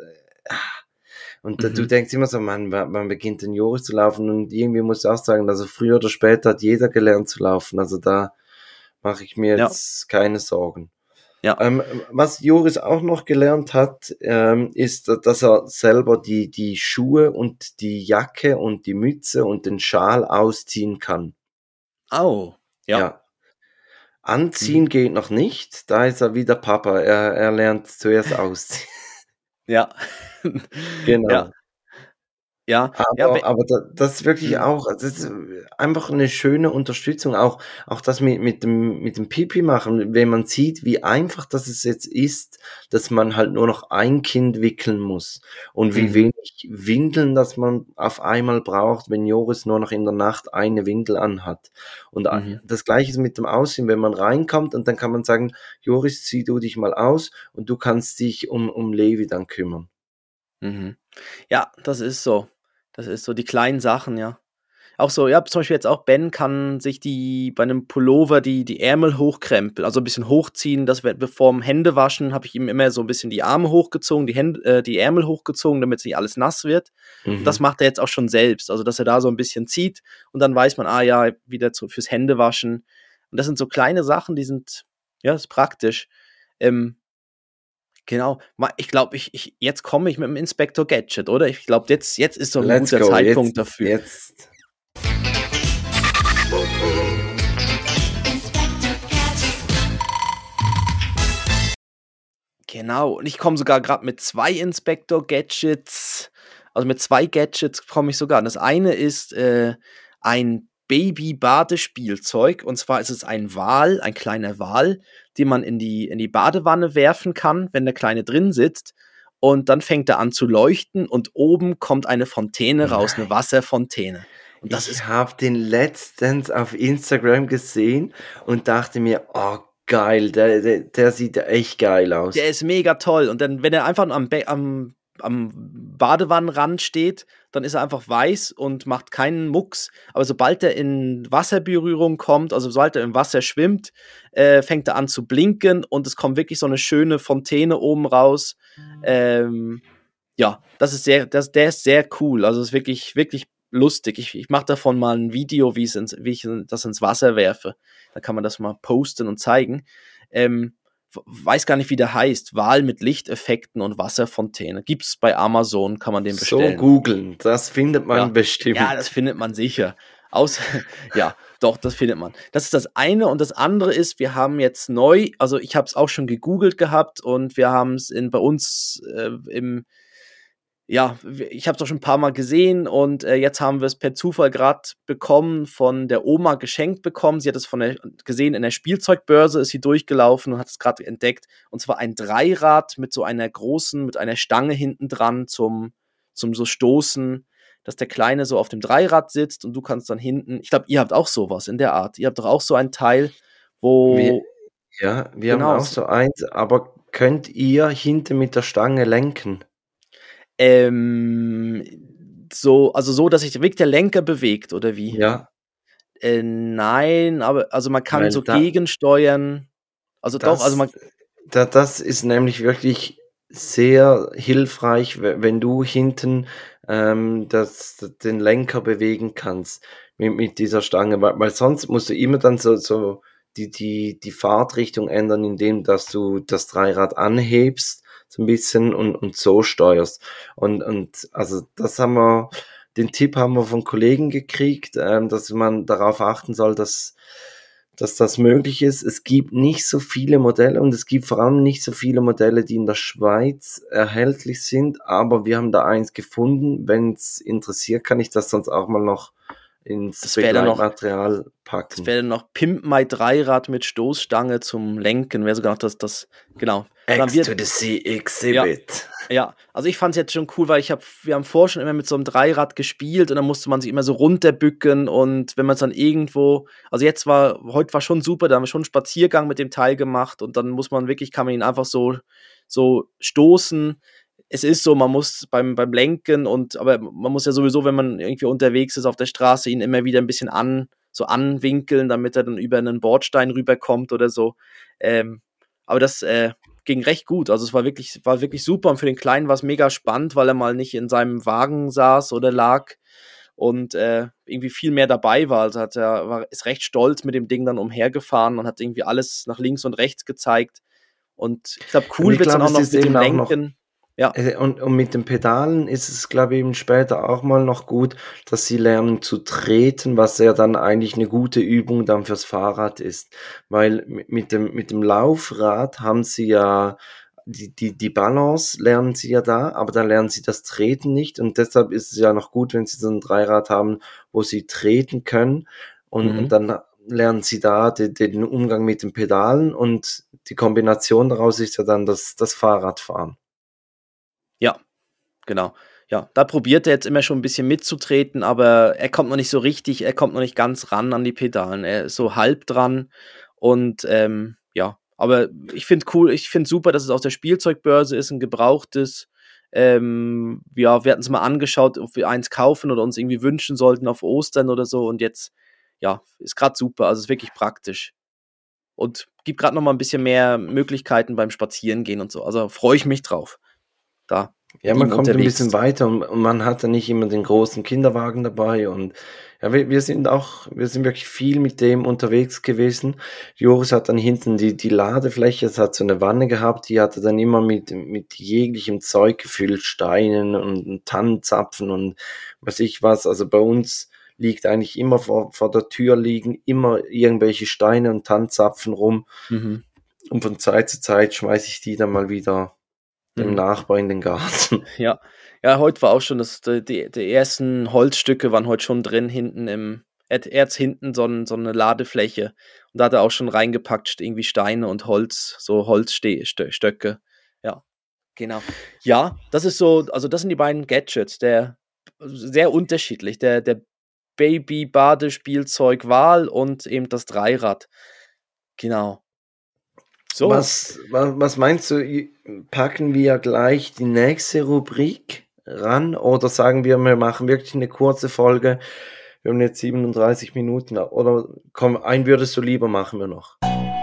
du denkst immer so, Mann, wann beginnt denn Joris zu laufen? Und irgendwie muss ich auch sagen, also früher oder später hat jeder gelernt zu laufen. Also da mache ich mir ja, jetzt keine Sorgen. ja. Was Joris auch noch gelernt hat, ist, dass er selber die Schuhe und die Jacke und die Mütze und den Schal ausziehen kann. Oh, ja. Ja. Anziehen geht noch nicht, da ist er wie der Papa. Er lernt zuerst ausziehen. Ja. Genau. Ja. Ja, ja, Aber das ist wirklich auch, das ist einfach eine schöne Unterstützung, auch das mit dem Pipi machen, wenn man sieht, wie einfach das es jetzt ist, dass man halt nur noch ein Kind wickeln muss und wie wenig Windeln, das man auf einmal braucht, wenn Joris nur noch in der Nacht eine Windel anhat. Und das Gleiche ist mit dem Aussehen, wenn man reinkommt und dann kann man sagen, Joris, zieh du dich mal aus und du kannst dich um Levi dann kümmern. Ja, das ist so. Das ist so, die kleinen Sachen, ja. Auch so, ja, zum Beispiel jetzt auch Ben kann sich bei einem Pullover die Ärmel hochkrempeln, also ein bisschen hochziehen. Das wird bevor dem Händewaschen, habe ich ihm immer so ein bisschen die Arme hochgezogen, die Ärmel hochgezogen, damit nicht alles nass wird. Und das macht er jetzt auch schon selbst, also dass er da so ein bisschen zieht und dann weiß man, ja, wieder fürs Händewaschen. Und das sind so kleine Sachen, die sind, ja, das ist praktisch. Genau. Ich glaube, jetzt komme ich mit dem Inspector Gadget, oder? Ich glaube, jetzt ist so ein guter Zeitpunkt dafür. Jetzt. Genau. Und ich komme sogar gerade mit 2 Inspector Gadgets. Also mit 2 Gadgets komme ich sogar. Und das eine ist ein Baby-Badespielzeug. Und zwar ist es ein kleiner Wal, den man in die Badewanne werfen kann, wenn der Kleine drin sitzt. Und dann fängt er an zu leuchten und oben kommt eine Fontäne raus, eine Wasserfontäne. Und ich habe den letztens auf Instagram gesehen und dachte mir, oh geil, der sieht echt geil aus. Der ist mega toll. Und dann, wenn er einfach am Badewannenrand steht, dann ist er einfach weiß und macht keinen Mucks. Aber sobald er in Wasserberührung kommt, also sobald er im Wasser schwimmt, fängt er an zu blinken und es kommt wirklich so eine schöne Fontäne oben raus. Ja, der ist sehr cool. Also es ist wirklich, wirklich lustig. Ich mache davon mal ein Video, wie ich das ins Wasser werfe. Da kann man das mal posten und zeigen. Weiß gar nicht, wie der heißt. Wal mit Lichteffekten und Wasserfontäne. Gibt's bei Amazon, kann man den bestellen. So googeln, das findet man bestimmt. Ja, das findet man sicher. Ja, doch, das findet man. Das ist das eine. Und das andere ist, wir haben jetzt neu, also ich habe es auch schon gegoogelt gehabt und wir haben es bei uns ja, ich habe es auch schon ein paar Mal gesehen und jetzt haben wir es per Zufall gerade bekommen, von der Oma geschenkt bekommen. Sie hat es gesehen in der Spielzeugbörse, ist sie durchgelaufen und hat es gerade entdeckt. Und zwar ein Dreirad mit so einer mit einer Stange hinten dran zum so Stoßen, dass der Kleine so auf dem Dreirad sitzt und du kannst dann hinten, ich glaube, ihr habt auch sowas in der Art. Ihr habt doch auch so ein Teil, wo... Wir haben auch so eins, aber könnt ihr hinten mit der Stange lenken? So, dass sich wirklich der Lenker bewegt, oder wie? Ja. Nein, aber also man kann so gegensteuern. Also doch, also man. Das ist nämlich wirklich sehr hilfreich, wenn du hinten den Lenker bewegen kannst mit dieser Stange, weil sonst musst du immer dann so die Fahrtrichtung ändern, indem dass du das Dreirad anhebst so ein bisschen und so steuerst. Und also den Tipp haben wir von Kollegen gekriegt, dass man darauf achten soll, dass dass das möglich ist. Es gibt nicht so viele Modelle und es gibt vor allem nicht so viele Modelle, die in der Schweiz erhältlich sind, aber wir haben da eins gefunden. Wenn es interessiert, kann ich das sonst auch mal noch ins Das wäre dann noch, Begleitmaterial das packen. wäre dann noch Pimp My Dreirad mit Stoßstange zum Lenken, wäre sogar noch das, genau. Dann haben X wir, to the C Exhibit. ja, also ich fand es jetzt schon cool, weil wir haben vorher schon immer mit so einem Dreirad gespielt und dann musste man sich immer so runterbücken und wenn man es dann irgendwo, also heute war schon super, da haben wir schon einen Spaziergang mit dem Teil gemacht und dann kann man ihn einfach so stoßen. Es ist so, man muss beim Lenken aber man muss ja sowieso, wenn man irgendwie unterwegs ist auf der Straße, ihn immer wieder ein bisschen anwinkeln, damit er dann über einen Bordstein rüberkommt oder so. Aber das ging recht gut. Also es war wirklich super und für den Kleinen war es mega spannend, weil er mal nicht in seinem Wagen saß oder lag und irgendwie viel mehr dabei war. Also ist recht stolz mit dem Ding dann umhergefahren und hat irgendwie alles nach links und rechts gezeigt. Und ich glaube, cool wird es dann auch noch mit dem Lenken. Ja. Und mit den Pedalen ist es, glaube ich, eben später auch mal noch gut, dass sie lernen zu treten, was ja dann eigentlich eine gute Übung dann fürs Fahrrad ist. Weil mit dem Laufrad haben sie ja die Balance lernen sie ja da, aber da lernen sie das Treten nicht und deshalb ist es ja noch gut, wenn sie so ein Dreirad haben, wo sie treten können und dann lernen sie da den Umgang mit den Pedalen und die Kombination daraus ist ja dann das Fahrradfahren. Ja, genau. Ja, da probiert er jetzt immer schon ein bisschen mitzutreten, aber er kommt noch nicht so richtig, er kommt noch nicht ganz ran an die Pedalen. Er ist so halb dran und ja, aber ich finde cool, ich finde super, dass es aus der Spielzeugbörse ist, ein gebrauchtes. Ja, wir hatten es mal angeschaut, ob wir eins kaufen oder uns irgendwie wünschen sollten auf Ostern oder so und jetzt, ja, ist gerade super, also ist wirklich praktisch. Und gibt gerade noch mal ein bisschen mehr Möglichkeiten beim Spazierengehen und so. Also freue ich mich drauf. Da. Ja, man kommt ein bisschen weiter und man hat dann nicht immer den großen Kinderwagen dabei und ja, wir sind wirklich viel mit dem unterwegs gewesen. Joris hat dann hinten die Ladefläche, es hat so eine Wanne gehabt, die hatte dann immer mit jeglichem Zeug gefüllt, Steinen und Tannenzapfen und weiß ich was. Also bei uns liegt eigentlich immer vor der Tür liegen immer irgendwelche Steine und Tannenzapfen rum. Und von Zeit zu Zeit schmeiße ich die dann mal wieder dem Nachbar in den Garten. Ja, heute war auch schon, die ersten Holzstücke waren heute schon drin, hinten hinten so eine Ladefläche. Und da hat er auch schon reingepackt, irgendwie Steine und Holz, so Holzstöcke. Ja, genau. Ja, das ist so, also das sind die beiden Gadgets, sehr unterschiedlich. Der Baby-Badespielzeug-Wal und eben das Dreirad. Genau. So. Was meinst du, packen wir gleich die nächste Rubrik ran oder sagen wir machen wirklich eine kurze Folge, wir haben jetzt 37 Minuten oder komm, ein würdest du lieber machen wir noch?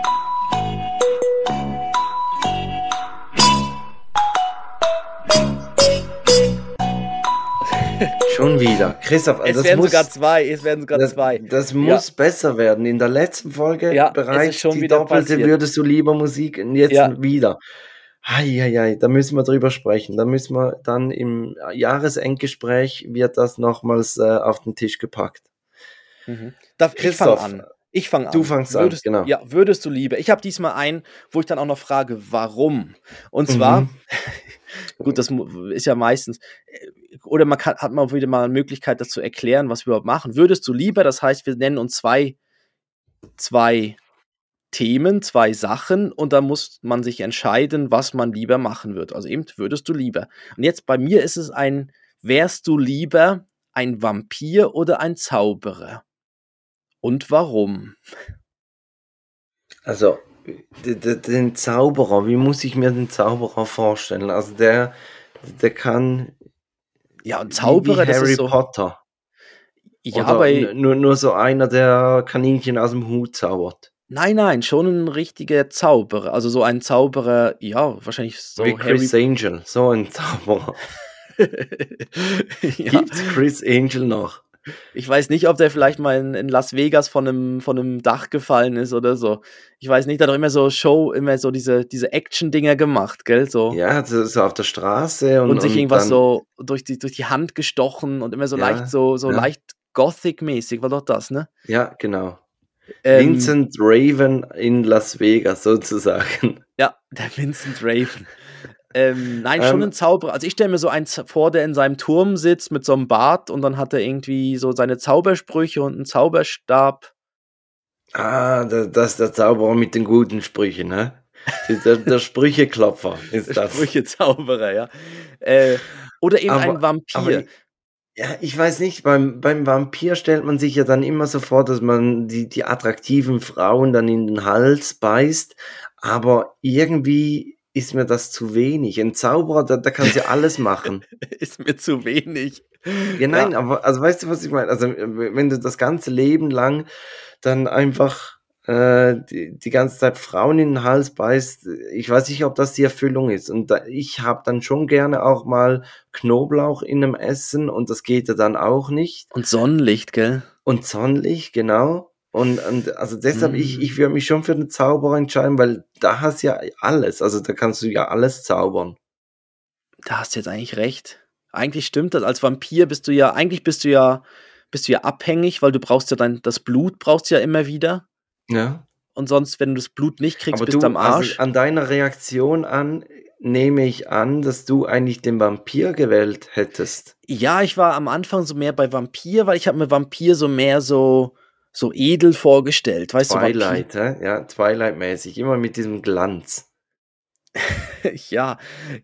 Schon wieder. Christoph, es werden sogar zwei. Das muss besser werden. In der letzten Folge bereits schon die doppelte passiert. Würdest du lieber Musik und jetzt wieder. Heieiei, da müssen wir drüber sprechen. Da müssen wir dann im Jahresendgespräch wird das nochmals auf den Tisch gepackt. Christoph, ich fange an. Du fängst an, genau. Ja, würdest du lieber. Ich habe diesmal einen, wo ich dann auch noch frage, warum? Und zwar, gut, das ist ja meistens, oder hat man wieder mal eine Möglichkeit, das zu erklären, was wir überhaupt machen. Würdest du lieber, das heißt, wir nennen uns zwei Themen, zwei Sachen und da muss man sich entscheiden, was man lieber machen wird. Also eben, würdest du lieber. Und jetzt bei mir ist es wärst du lieber ein Vampir oder ein Zauberer? Und warum? Also, den Zauberer, wie muss ich mir den Zauberer vorstellen? Also der kann... Ja, und Zauberer, wie Harry das ist so, Potter. Ja, oder aber nur so einer, der Kaninchen aus dem Hut zaubert. Nein, schon ein richtiger Zauberer. Also so ein Zauberer, ja, wahrscheinlich so wie Chris Angel, so ein Zauberer. Gibt's Chris Angel noch? Ich weiß nicht, ob der vielleicht mal in Las Vegas von einem Dach gefallen ist oder so. Ich weiß nicht, der hat doch immer so diese Action-Dinger gemacht, gell? So. Ja, so auf der Straße und sich irgendwas so durch die Hand gestochen und immer so leicht, leicht Gothic-mäßig, war doch das, ne? Ja, genau. Vincent Raven in Las Vegas sozusagen. Ja, der Vincent Raven. Nein, schon ein Zauberer. Also ich stelle mir so einen vor, der in seinem Turm sitzt mit so einem Bart und dann hat er irgendwie so seine Zaubersprüche und einen Zauberstab. Das ist der Zauberer mit den guten Sprüchen, ne? Der Sprücheklopfer ist das. Sprüchezauberer, ja. Oder eben ein Vampir. Ja, ich weiß nicht, beim Vampir stellt man sich ja dann immer so vor, dass man die attraktiven Frauen dann in den Hals beißt, aber irgendwie ist mir das zu wenig. Ein Zauberer, da kann sie alles machen. Ist mir zu wenig. Ja, nein, aber also weißt du, was ich meine? Also wenn du das ganze Leben lang dann einfach die ganze Zeit Frauen in den Hals beißt, ich weiß nicht, ob das die Erfüllung ist. Und ich habe dann schon gerne auch mal Knoblauch in einem Essen und das geht ja dann auch nicht. Und Sonnenlicht, gell? Und Sonnenlicht, genau. Und also deshalb, ich würde mich schon für den Zauberer entscheiden, weil da hast du ja alles. Also da kannst du ja alles zaubern. Da hast du jetzt eigentlich recht. Eigentlich stimmt das. Als Vampir bist du ja abhängig, weil du brauchst ja das Blut brauchst du ja immer wieder. Ja. Und sonst, wenn du das Blut nicht kriegst, aber bist du am Arsch. Also an deiner Reaktion nehme ich an, dass du eigentlich den Vampir gewählt hättest. Ja, ich war am Anfang so mehr bei Vampir, weil ich habe mir Vampir so mehr so edel vorgestellt. Weißt Twilight, ja, Twilight-mäßig, immer mit diesem Glanz. Ja,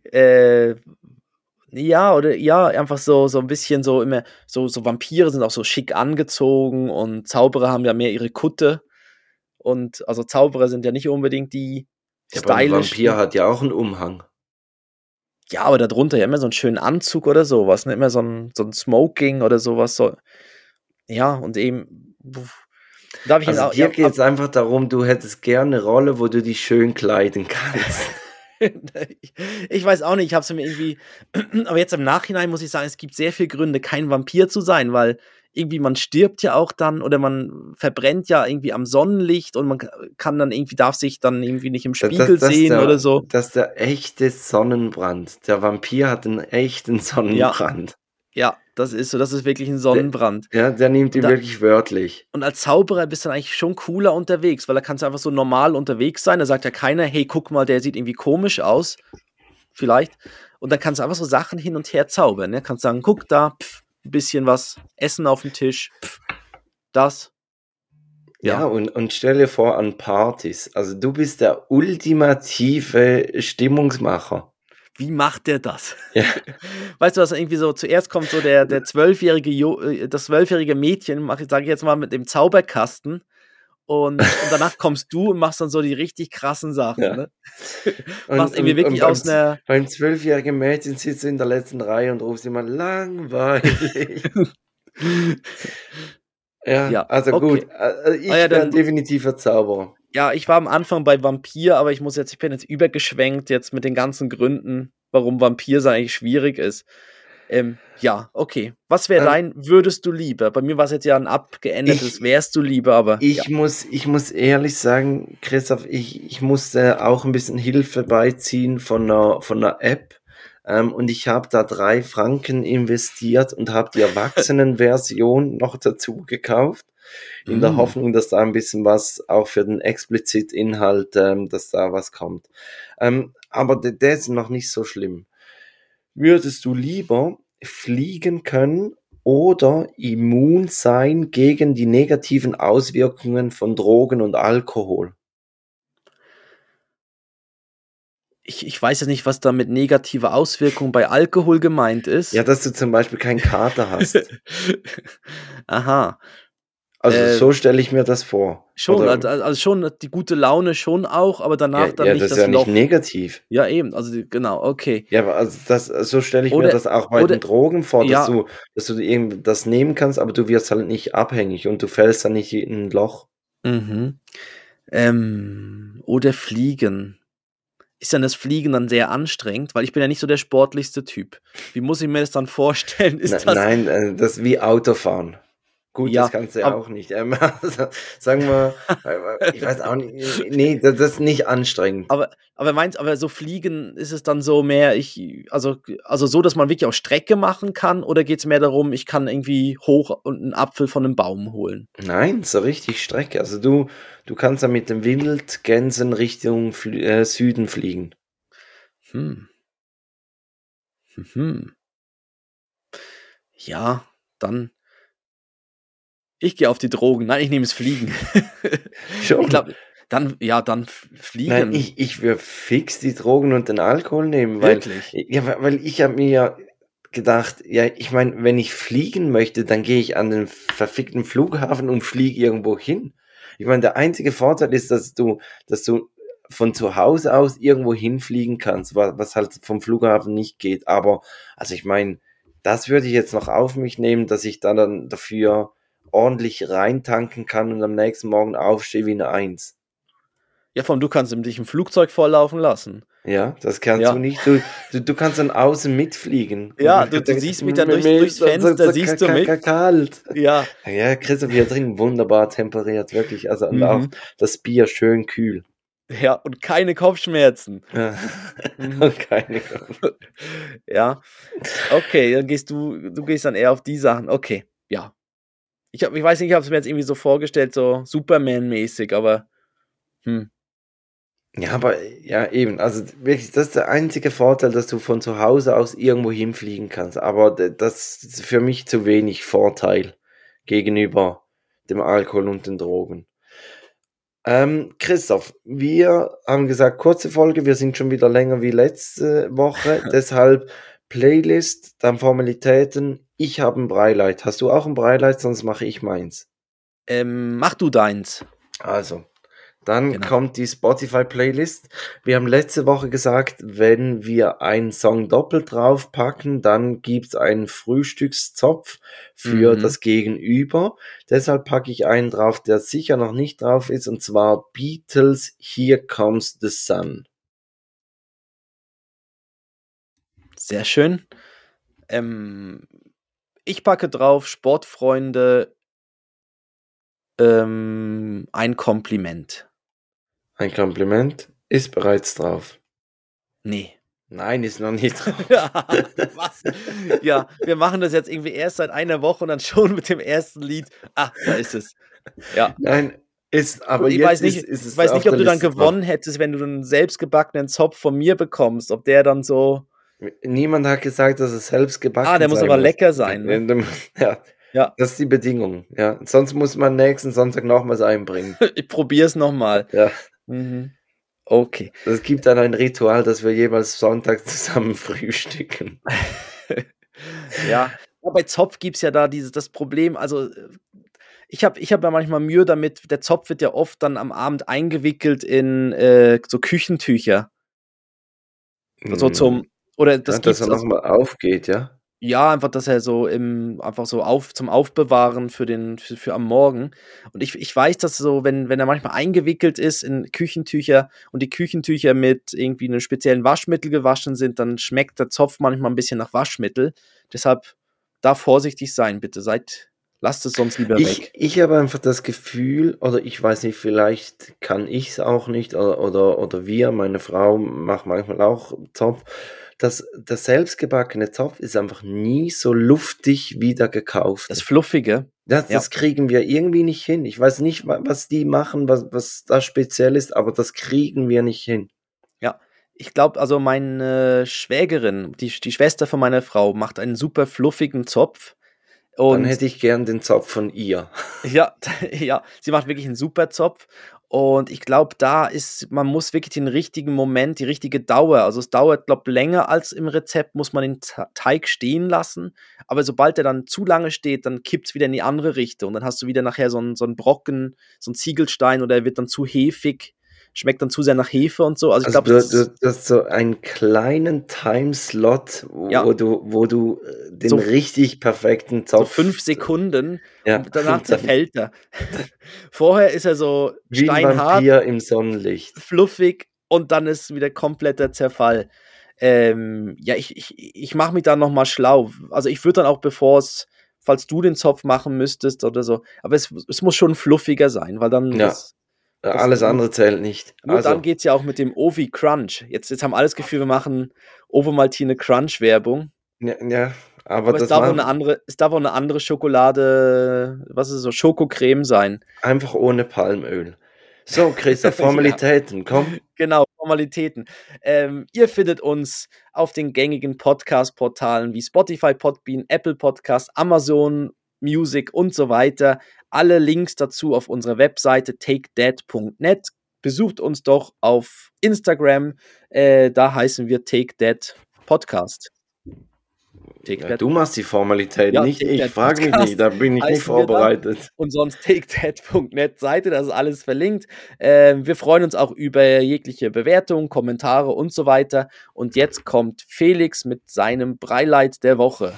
einfach so ein bisschen so immer, so Vampire sind auch so schick angezogen und Zauberer haben ja mehr ihre Kutte. Und also Zauberer sind ja nicht unbedingt die stylisch. Aber ein Vampir hat ja auch einen Umhang. Ja, aber darunter ja immer so einen schönen Anzug oder sowas, ne? Immer so ein Smoking oder sowas. So. Ja, und eben. Dir geht es einfach darum, du hättest gerne eine Rolle, wo du dich schön kleiden kannst. Ich weiß auch nicht, ich habe es mir irgendwie. Aber jetzt im Nachhinein muss ich sagen, es gibt sehr viele Gründe, kein Vampir zu sein, weil irgendwie man stirbt ja auch dann oder man verbrennt ja irgendwie am Sonnenlicht und man kann dann irgendwie, darf sich dann irgendwie nicht im Spiegel sehen oder so. Das ist der echte Sonnenbrand. Der Vampir hat einen echten Sonnenbrand. Ja, das ist so, das ist wirklich ein Sonnenbrand. Der nimmt ihn wirklich wörtlich. Und als Zauberer bist du dann eigentlich schon cooler unterwegs, weil da kannst du einfach so normal unterwegs sein. Da sagt ja keiner, hey, guck mal, der sieht irgendwie komisch aus. Vielleicht. Und dann kannst du einfach so Sachen hin und her zaubern. Ne? Kannst sagen, guck da, ein bisschen was, Essen auf dem Tisch, das. Ja, und stell dir vor, an Partys. Also du bist der ultimative Stimmungsmacher. Wie macht der das? Ja. Weißt du, was irgendwie so, zuerst kommt so der 12-jährige Mädchen, sage ich jetzt mal, mit dem Zauberkasten und danach kommst du und machst dann so die richtig krassen Sachen. Ja. Ne? Machst irgendwie wirklich aus einer... Beim 12-jährigen Mädchen sitzt du in der letzten Reihe und rufst immer langweilig. Ja, also okay. Gut. Ich bin definitiver Zauberer. Ja, ich war am Anfang bei Vampir, aber ich bin jetzt übergeschwenkt jetzt mit den ganzen Gründen, warum Vampir sein eigentlich schwierig ist. Ja, okay. Was wäre würdest du lieber? Bei mir war es jetzt ja ein abgeendetes, wärst du lieber, aber... Ich muss ehrlich sagen, Christoph, ich musste auch ein bisschen Hilfe beiziehen von einer App. Und ich habe da 3 Franken investiert und habe die Erwachsenenversion noch dazu gekauft, in der Hoffnung, dass da ein bisschen was auch für den Explizit-Inhalt, dass da was kommt. Aber der ist noch nicht so schlimm. Würdest du lieber fliegen können oder immun sein gegen die negativen Auswirkungen von Drogen und Alkohol? Ich weiß jetzt nicht, was da mit negativer Auswirkung bei Alkohol gemeint ist. Ja, dass du zum Beispiel keinen Kater hast. Aha. Also so stelle ich mir das vor. Schon, also schon die gute Laune schon auch, aber danach dann nicht das ist ja nicht negativ. Ja, eben, also genau, okay. Ja, aber also so stelle ich mir das auch bei den Drogen vor, dass du eben das nehmen kannst, aber du wirst halt nicht abhängig und du fällst dann nicht in ein Loch. Mhm. Oder fliegen. Ist dann das Fliegen dann sehr anstrengend? Weil ich bin ja nicht so der sportlichste Typ. Wie muss ich mir das dann vorstellen? Nein, das ist wie Autofahren. Gut, Ja, das kannst du ja auch nicht. Also, sagen wir, ich weiß auch nicht. Nee, das ist nicht anstrengend. aber so Fliegen ist es dann so mehr, also so, dass man wirklich auch Strecke machen kann, oder geht es mehr darum, ich kann irgendwie hoch und einen Apfel von einem Baum holen? Nein, so richtig Strecke. Also du kannst dann mit den Wildgänsen Richtung Süden fliegen. Hm. Mhm. Ja, dann ich gehe auf die Drogen. Nein, ich nehme das Fliegen. Schon. Ich glaube, dann Nein, fliegen. ich würde fix die Drogen und den Alkohol nehmen, weil, Wirklich? weil ich habe mir ja gedacht, ja, ich meine, wenn ich fliegen möchte, dann gehe ich an den verfickten Flughafen und fliege irgendwo hin. Ich meine, der einzige Vorteil ist, dass du von zu Hause aus irgendwo hinfliegen kannst, was halt vom Flughafen nicht geht. Aber, also ich meine, das würde ich jetzt noch auf mich nehmen, dass ich dann dafür ordentlich reintanken kann und am nächsten Morgen aufstehe wie eine Eins. Ja, vor allem du kannst dich im Flugzeug volllaufen lassen. Ja, das kannst Ja. du nicht. Du kannst dann außen mitfliegen. Ja, Und du denkst, siehst mich dann mir durchs ist so Fenster, siehst du mit. kalt. Ja. Ja, Christoph, hier drin wunderbar temperiert, wirklich. Also, und auch das Bier schön kühl. Ja, und keine Kopfschmerzen. Ja. Mhm. Und keine. Ja. Okay, dann du gehst dann eher auf die Sachen. Okay, ja. Ich weiß nicht, ich habe es mir jetzt irgendwie so vorgestellt, so Superman-mäßig, aber Ja, aber ja, eben. Also wirklich, das ist der einzige Vorteil, dass du von zu Hause aus irgendwo hinfliegen kannst. Aber das ist für mich zu wenig Vorteil gegenüber dem Alkohol und den Drogen. Christoph, wir haben gesagt, kurze Folge, wir sind schon wieder länger wie letzte Woche, deshalb Playlist, dann Formalitäten. Ich habe ein Breileid. Hast du auch ein Breileid, sonst mache ich meins. mach du deins. Also, dann Genau. kommt die Spotify-Playlist. Wir haben letzte Woche gesagt, wenn wir einen Song doppelt draufpacken, dann gibt's einen Frühstückszopf für das Gegenüber. Deshalb packe ich einen drauf, der sicher noch nicht drauf ist, und zwar Beatles Here Comes the Sun. Sehr schön. Ich packe drauf Sportfreunde, ein Kompliment. Ein Kompliment ist bereits drauf. Nee. Nein, ist noch nicht drauf. Was? Ja, wir machen das jetzt irgendwie erst seit einer Woche und dann schon mit dem ersten Lied. Ah, da ist es. Ja. Nein, ist, aber Und ich jetzt weiß nicht, ist es ich weiß auf nicht, ob der du dann Liste drauf. gewonnen hättest, wenn du einen selbstgebackenen Zopf von mir bekommst, ob der dann so. Niemand hat gesagt, dass es selbst gebacken Der muss sein aber lecker sein, ne? Ja, Ja, das ist die Bedingung. Ja, sonst muss man nächsten Sonntag nochmals einbringen. ich probier's nochmal. Ja, Okay. es gibt dann ein Ritual, dass wir jeweils Sonntag zusammen frühstücken. Ja, bei Zopf gibt's ja da das Problem, also ich hab ja manchmal Mühe damit, der Zopf wird ja oft dann am Abend eingewickelt in so Küchentücher. So oder das Ja, dass gibt's er nochmal aufgeht, ja? ja, einfach, dass er so einfach so zum Aufbewahren für am Morgen. Und ich weiß, dass so, wenn er manchmal eingewickelt ist in Küchentücher und die Küchentücher mit irgendwie einem speziellen Waschmittel gewaschen sind, dann schmeckt der Zopf manchmal ein bisschen nach Waschmittel. Deshalb da vorsichtig sein, bitte. Lasst es sonst lieber weg. Ich habe einfach das Gefühl, oder ich weiß nicht, vielleicht kann ich es auch nicht, oder wir, meine Frau macht manchmal auch Zopf, dass der selbstgebackene Zopf ist einfach nie so luftig wie der gekaufte. Das Fluffige. Das kriegen wir irgendwie nicht hin. Ich weiß nicht, was die machen, was da speziell ist, aber das kriegen wir nicht hin. Ja, ich glaube, also meine Schwägerin, die Schwester von meiner Frau, macht einen super fluffigen Zopf. Dann Und hätte ich gern den Zopf von ihr. ja, ja, sie macht wirklich einen super Zopf. Und ich glaube, man muss wirklich den richtigen Moment, die richtige Dauer, also es dauert, glaube ich, länger als im Rezept, muss man den Teig stehen lassen. Aber sobald der dann zu lange steht, dann kippt es wieder in die andere Richtung. Dann hast du wieder nachher so einen Brocken, so einen Ziegelstein, oder er wird dann zu hefig, schmeckt dann zu sehr nach Hefe und so. Also ich glaube, du hast so einen kleinen Timeslot, wo du den So- richtig perfekten so Zopf... 5 Sekunden Ja, und danach und dann zerfällt er. Vorher ist er so wie ein steinhart, Vampir im Sonnenlicht. fluffig und dann ist wieder kompletter Zerfall. Ja, ich mache mich da nochmal schlau. Also ich würde dann auch, bevor es falls du den Zopf machen müsstest oder so. Aber es muss schon fluffiger sein, weil dann Ja, alles andere zählt nicht. nur Also, dann geht es ja auch mit dem Ovi Crunch. Jetzt haben alle das Gefühl, wir machen Ovomaltine Crunch-Werbung. ja, aber Aber es das darf auch machen eine andere Schokolade, was ist es so, Schokocreme sein. einfach ohne Palmöl. So, Christoph, Formalitäten, komm. Genau, Formalitäten. Ihr findet uns auf den gängigen Podcast-Portalen wie Spotify, Podbean, Apple Podcast, Amazon Music und so weiter. Alle Links dazu auf unserer Webseite takedat.net. Besucht uns doch auf Instagram. Da heißen wir Take That Podcast. Ja, du machst die Formalitäten, Ja, nicht Take ich. That Frag mich Podcast nicht, da bin ich nicht heißen wir da. vorbereitet. Und sonst takedat.net Seite, das ist alles verlinkt. Wir freuen uns auch über jegliche Bewertungen, Kommentare und so weiter. Und jetzt kommt Felix mit seinem Breileid der Woche.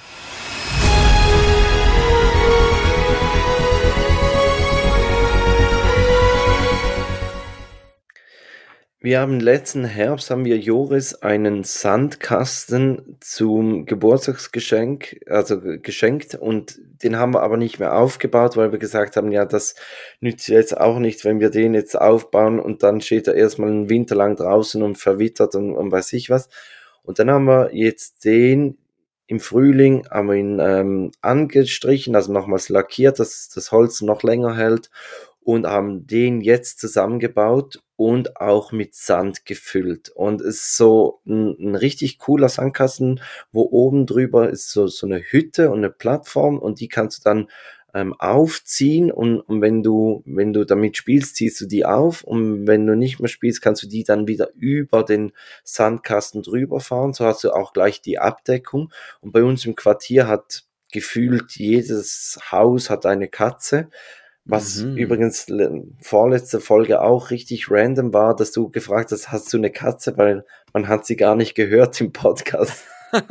Wir haben letzten Herbst haben wir Joris einen Sandkasten zum Geburtstagsgeschenk, also geschenkt, und den haben wir aber nicht mehr aufgebaut, weil wir gesagt haben, ja, das nützt jetzt auch nichts, wenn wir den jetzt aufbauen und dann steht er erstmal einen Winter lang draußen und verwittert und weiß ich was. Und dann haben wir jetzt den im Frühling, haben wir ihn angestrichen, also nochmals lackiert, dass das Holz noch länger hält, und haben den jetzt zusammengebaut und auch mit Sand gefüllt. Und es ist so ein richtig cooler Sandkasten, wo oben drüber ist so eine Hütte und eine Plattform, und die kannst du dann aufziehen, und wenn du damit spielst, ziehst du die auf, und wenn du nicht mehr spielst, kannst du die dann wieder über den Sandkasten drüber fahren. So hast du auch gleich die Abdeckung. Und bei uns im Quartier hat gefühlt jedes Haus hat eine Katze. Was übrigens vorletzte Folge auch richtig random war, dass du gefragt hast du eine Katze, weil man hat sie gar nicht gehört im Podcast.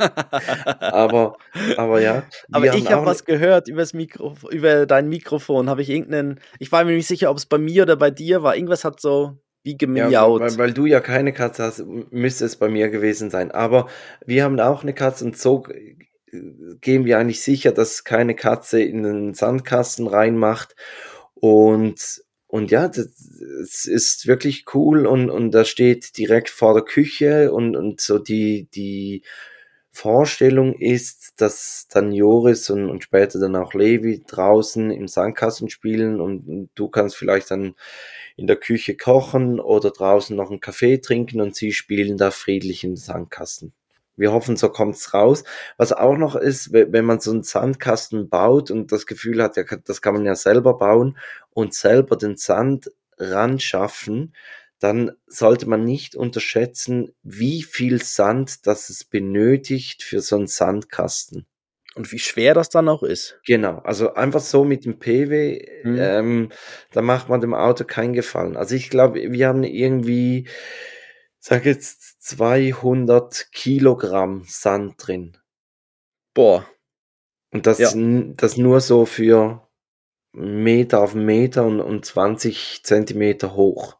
aber ja. Aber ich habe was gehört über dein Mikrofon. Ich war mir nicht sicher, ob es bei mir oder bei dir war. Irgendwas hat so wie gemiaut. Ja, weil du ja keine Katze hast, müsste es bei mir gewesen sein. Aber wir haben auch eine Katze, und so gehen wir eigentlich sicher, dass keine Katze in den Sandkasten reinmacht. Und ja, es ist wirklich cool, und da steht direkt vor der Küche, und so die Vorstellung ist, dass dann Joris und später dann auch Levi draußen im Sandkasten spielen, und du kannst vielleicht dann in der Küche kochen oder draußen noch einen Kaffee trinken, und sie spielen da friedlich im Sandkasten. Wir hoffen, so kommt's raus. Was auch noch ist, wenn man so einen Sandkasten baut und das Gefühl hat, ja, das kann man ja selber bauen und selber den Sand ran schaffen, dann sollte man nicht unterschätzen, wie viel Sand das es benötigt für so einen Sandkasten. Und wie schwer das dann auch ist. Genau, also einfach so mit dem PW, da macht man dem Auto keinen Gefallen. Also ich glaube, wir haben irgendwie, sag jetzt, 200 Kilogramm Sand drin. Boah. Und das nur so für Meter auf Meter und 20 Zentimeter hoch.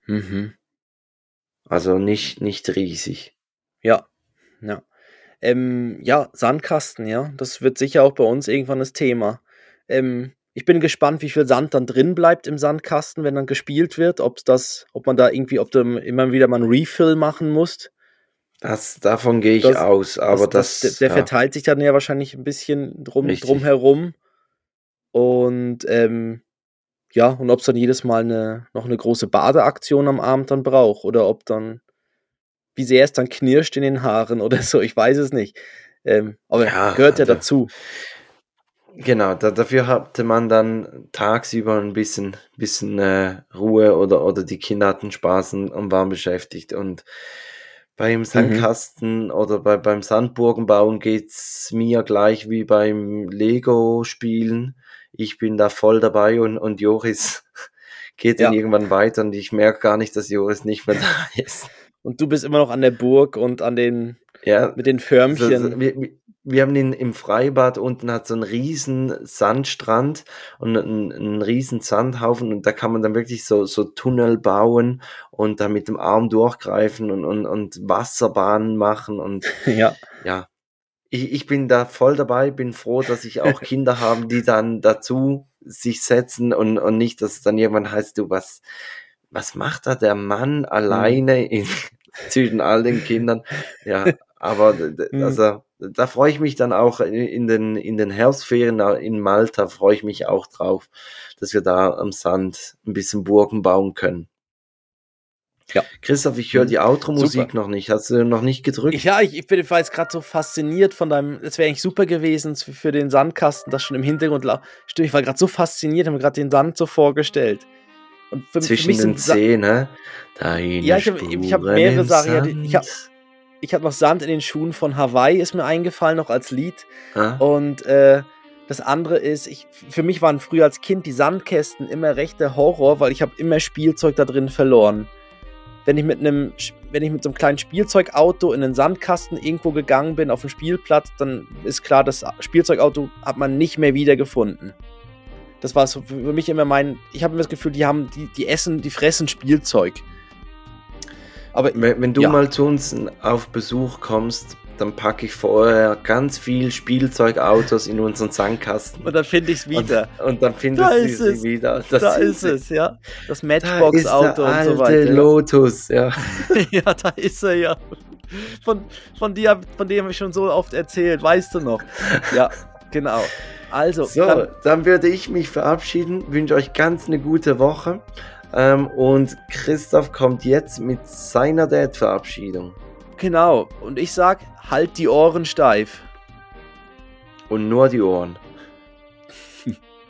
Also nicht riesig. Ja. Sandkasten, ja. Das wird sicher auch bei uns irgendwann das Thema. Ich bin gespannt, wie viel Sand dann drin bleibt im Sandkasten, wenn dann gespielt wird. Ob du immer wieder mal ein Refill machen musst. Davon gehe ich aus, aber der verteilt sich dann ja wahrscheinlich ein bisschen drumherum. Und und ob es dann jedes Mal noch eine große Badeaktion am Abend dann braucht, oder ob dann, wie sehr es dann knirscht in den Haaren oder so, ich weiß es nicht. Aber gehört ja dazu. Genau, dafür hatte man dann tagsüber ein bisschen Ruhe, oder die Kinder hatten Spaß und waren beschäftigt. Und beim Sandkasten oder beim Sandburgen geht's mir gleich wie beim Lego-Spielen. Ich bin da voll dabei, und Joris geht dann irgendwann weiter, und ich merke gar nicht, dass Joris nicht mehr da ist. Und du bist immer noch an der Burg und mit den Förmchen. Wir haben ihn im Freibad, unten hat so einen riesen Sandstrand und einen riesen Sandhaufen, und da kann man dann wirklich so Tunnel bauen und da mit dem Arm durchgreifen und Wasserbahnen machen, und ja, Ich bin da voll dabei, bin froh, dass ich auch Kinder habe, die dann dazu sich setzen und nicht, dass es dann irgendwann heißt, du, was macht da der Mann alleine zwischen all den Kindern? Ja, aber also da freue ich mich dann auch in den Herbstferien in Malta, freue ich mich auch drauf, dass wir da am Sand ein bisschen Burgen bauen können. Ja. Christoph, ich höre die Outro-Musik noch nicht. Hast du noch nicht gedrückt? Ich war jetzt gerade so fasziniert von deinem, das wäre eigentlich super gewesen für den Sandkasten, das schon im Hintergrund stimmt, ich war gerade so fasziniert, habe mir gerade den Sand so vorgestellt. Und zwischen mich den Zehen, ne? Ja, ich hab mehrere Sachen. Ich hab noch Sand in den Schuhen von Hawaii, ist mir eingefallen, noch als Lied. Und das andere ist, für mich waren früher als Kind die Sandkästen immer rechter Horror, weil ich habe immer Spielzeug da drin verloren. Wenn ich mit so einem kleinen Spielzeugauto in einen Sandkasten irgendwo gegangen bin, auf den Spielplatz, dann ist klar, das Spielzeugauto hat man nicht mehr wiedergefunden. Das war so für mich immer ich habe immer das Gefühl, die fressen Spielzeug. Aber wenn du mal zu uns auf Besuch kommst, dann packe ich vorher ganz viel Spielzeugautos in unseren Sandkasten. Und dann finde ich es wieder. Und dann findest du sie wieder. Da ist es, ja. Das Matchbox-Auto und so weiter. Der Lotus, ja. Ja, da ist er, ja. Von dem habe ich schon so oft erzählt, weißt du noch? Ja, genau. Also, so, dann würde ich mich verabschieden, wünsche euch ganz eine gute Woche und Christoph kommt jetzt mit seiner Dad-Verabschiedung. Genau, und ich sag, halt die Ohren steif. Und nur die Ohren.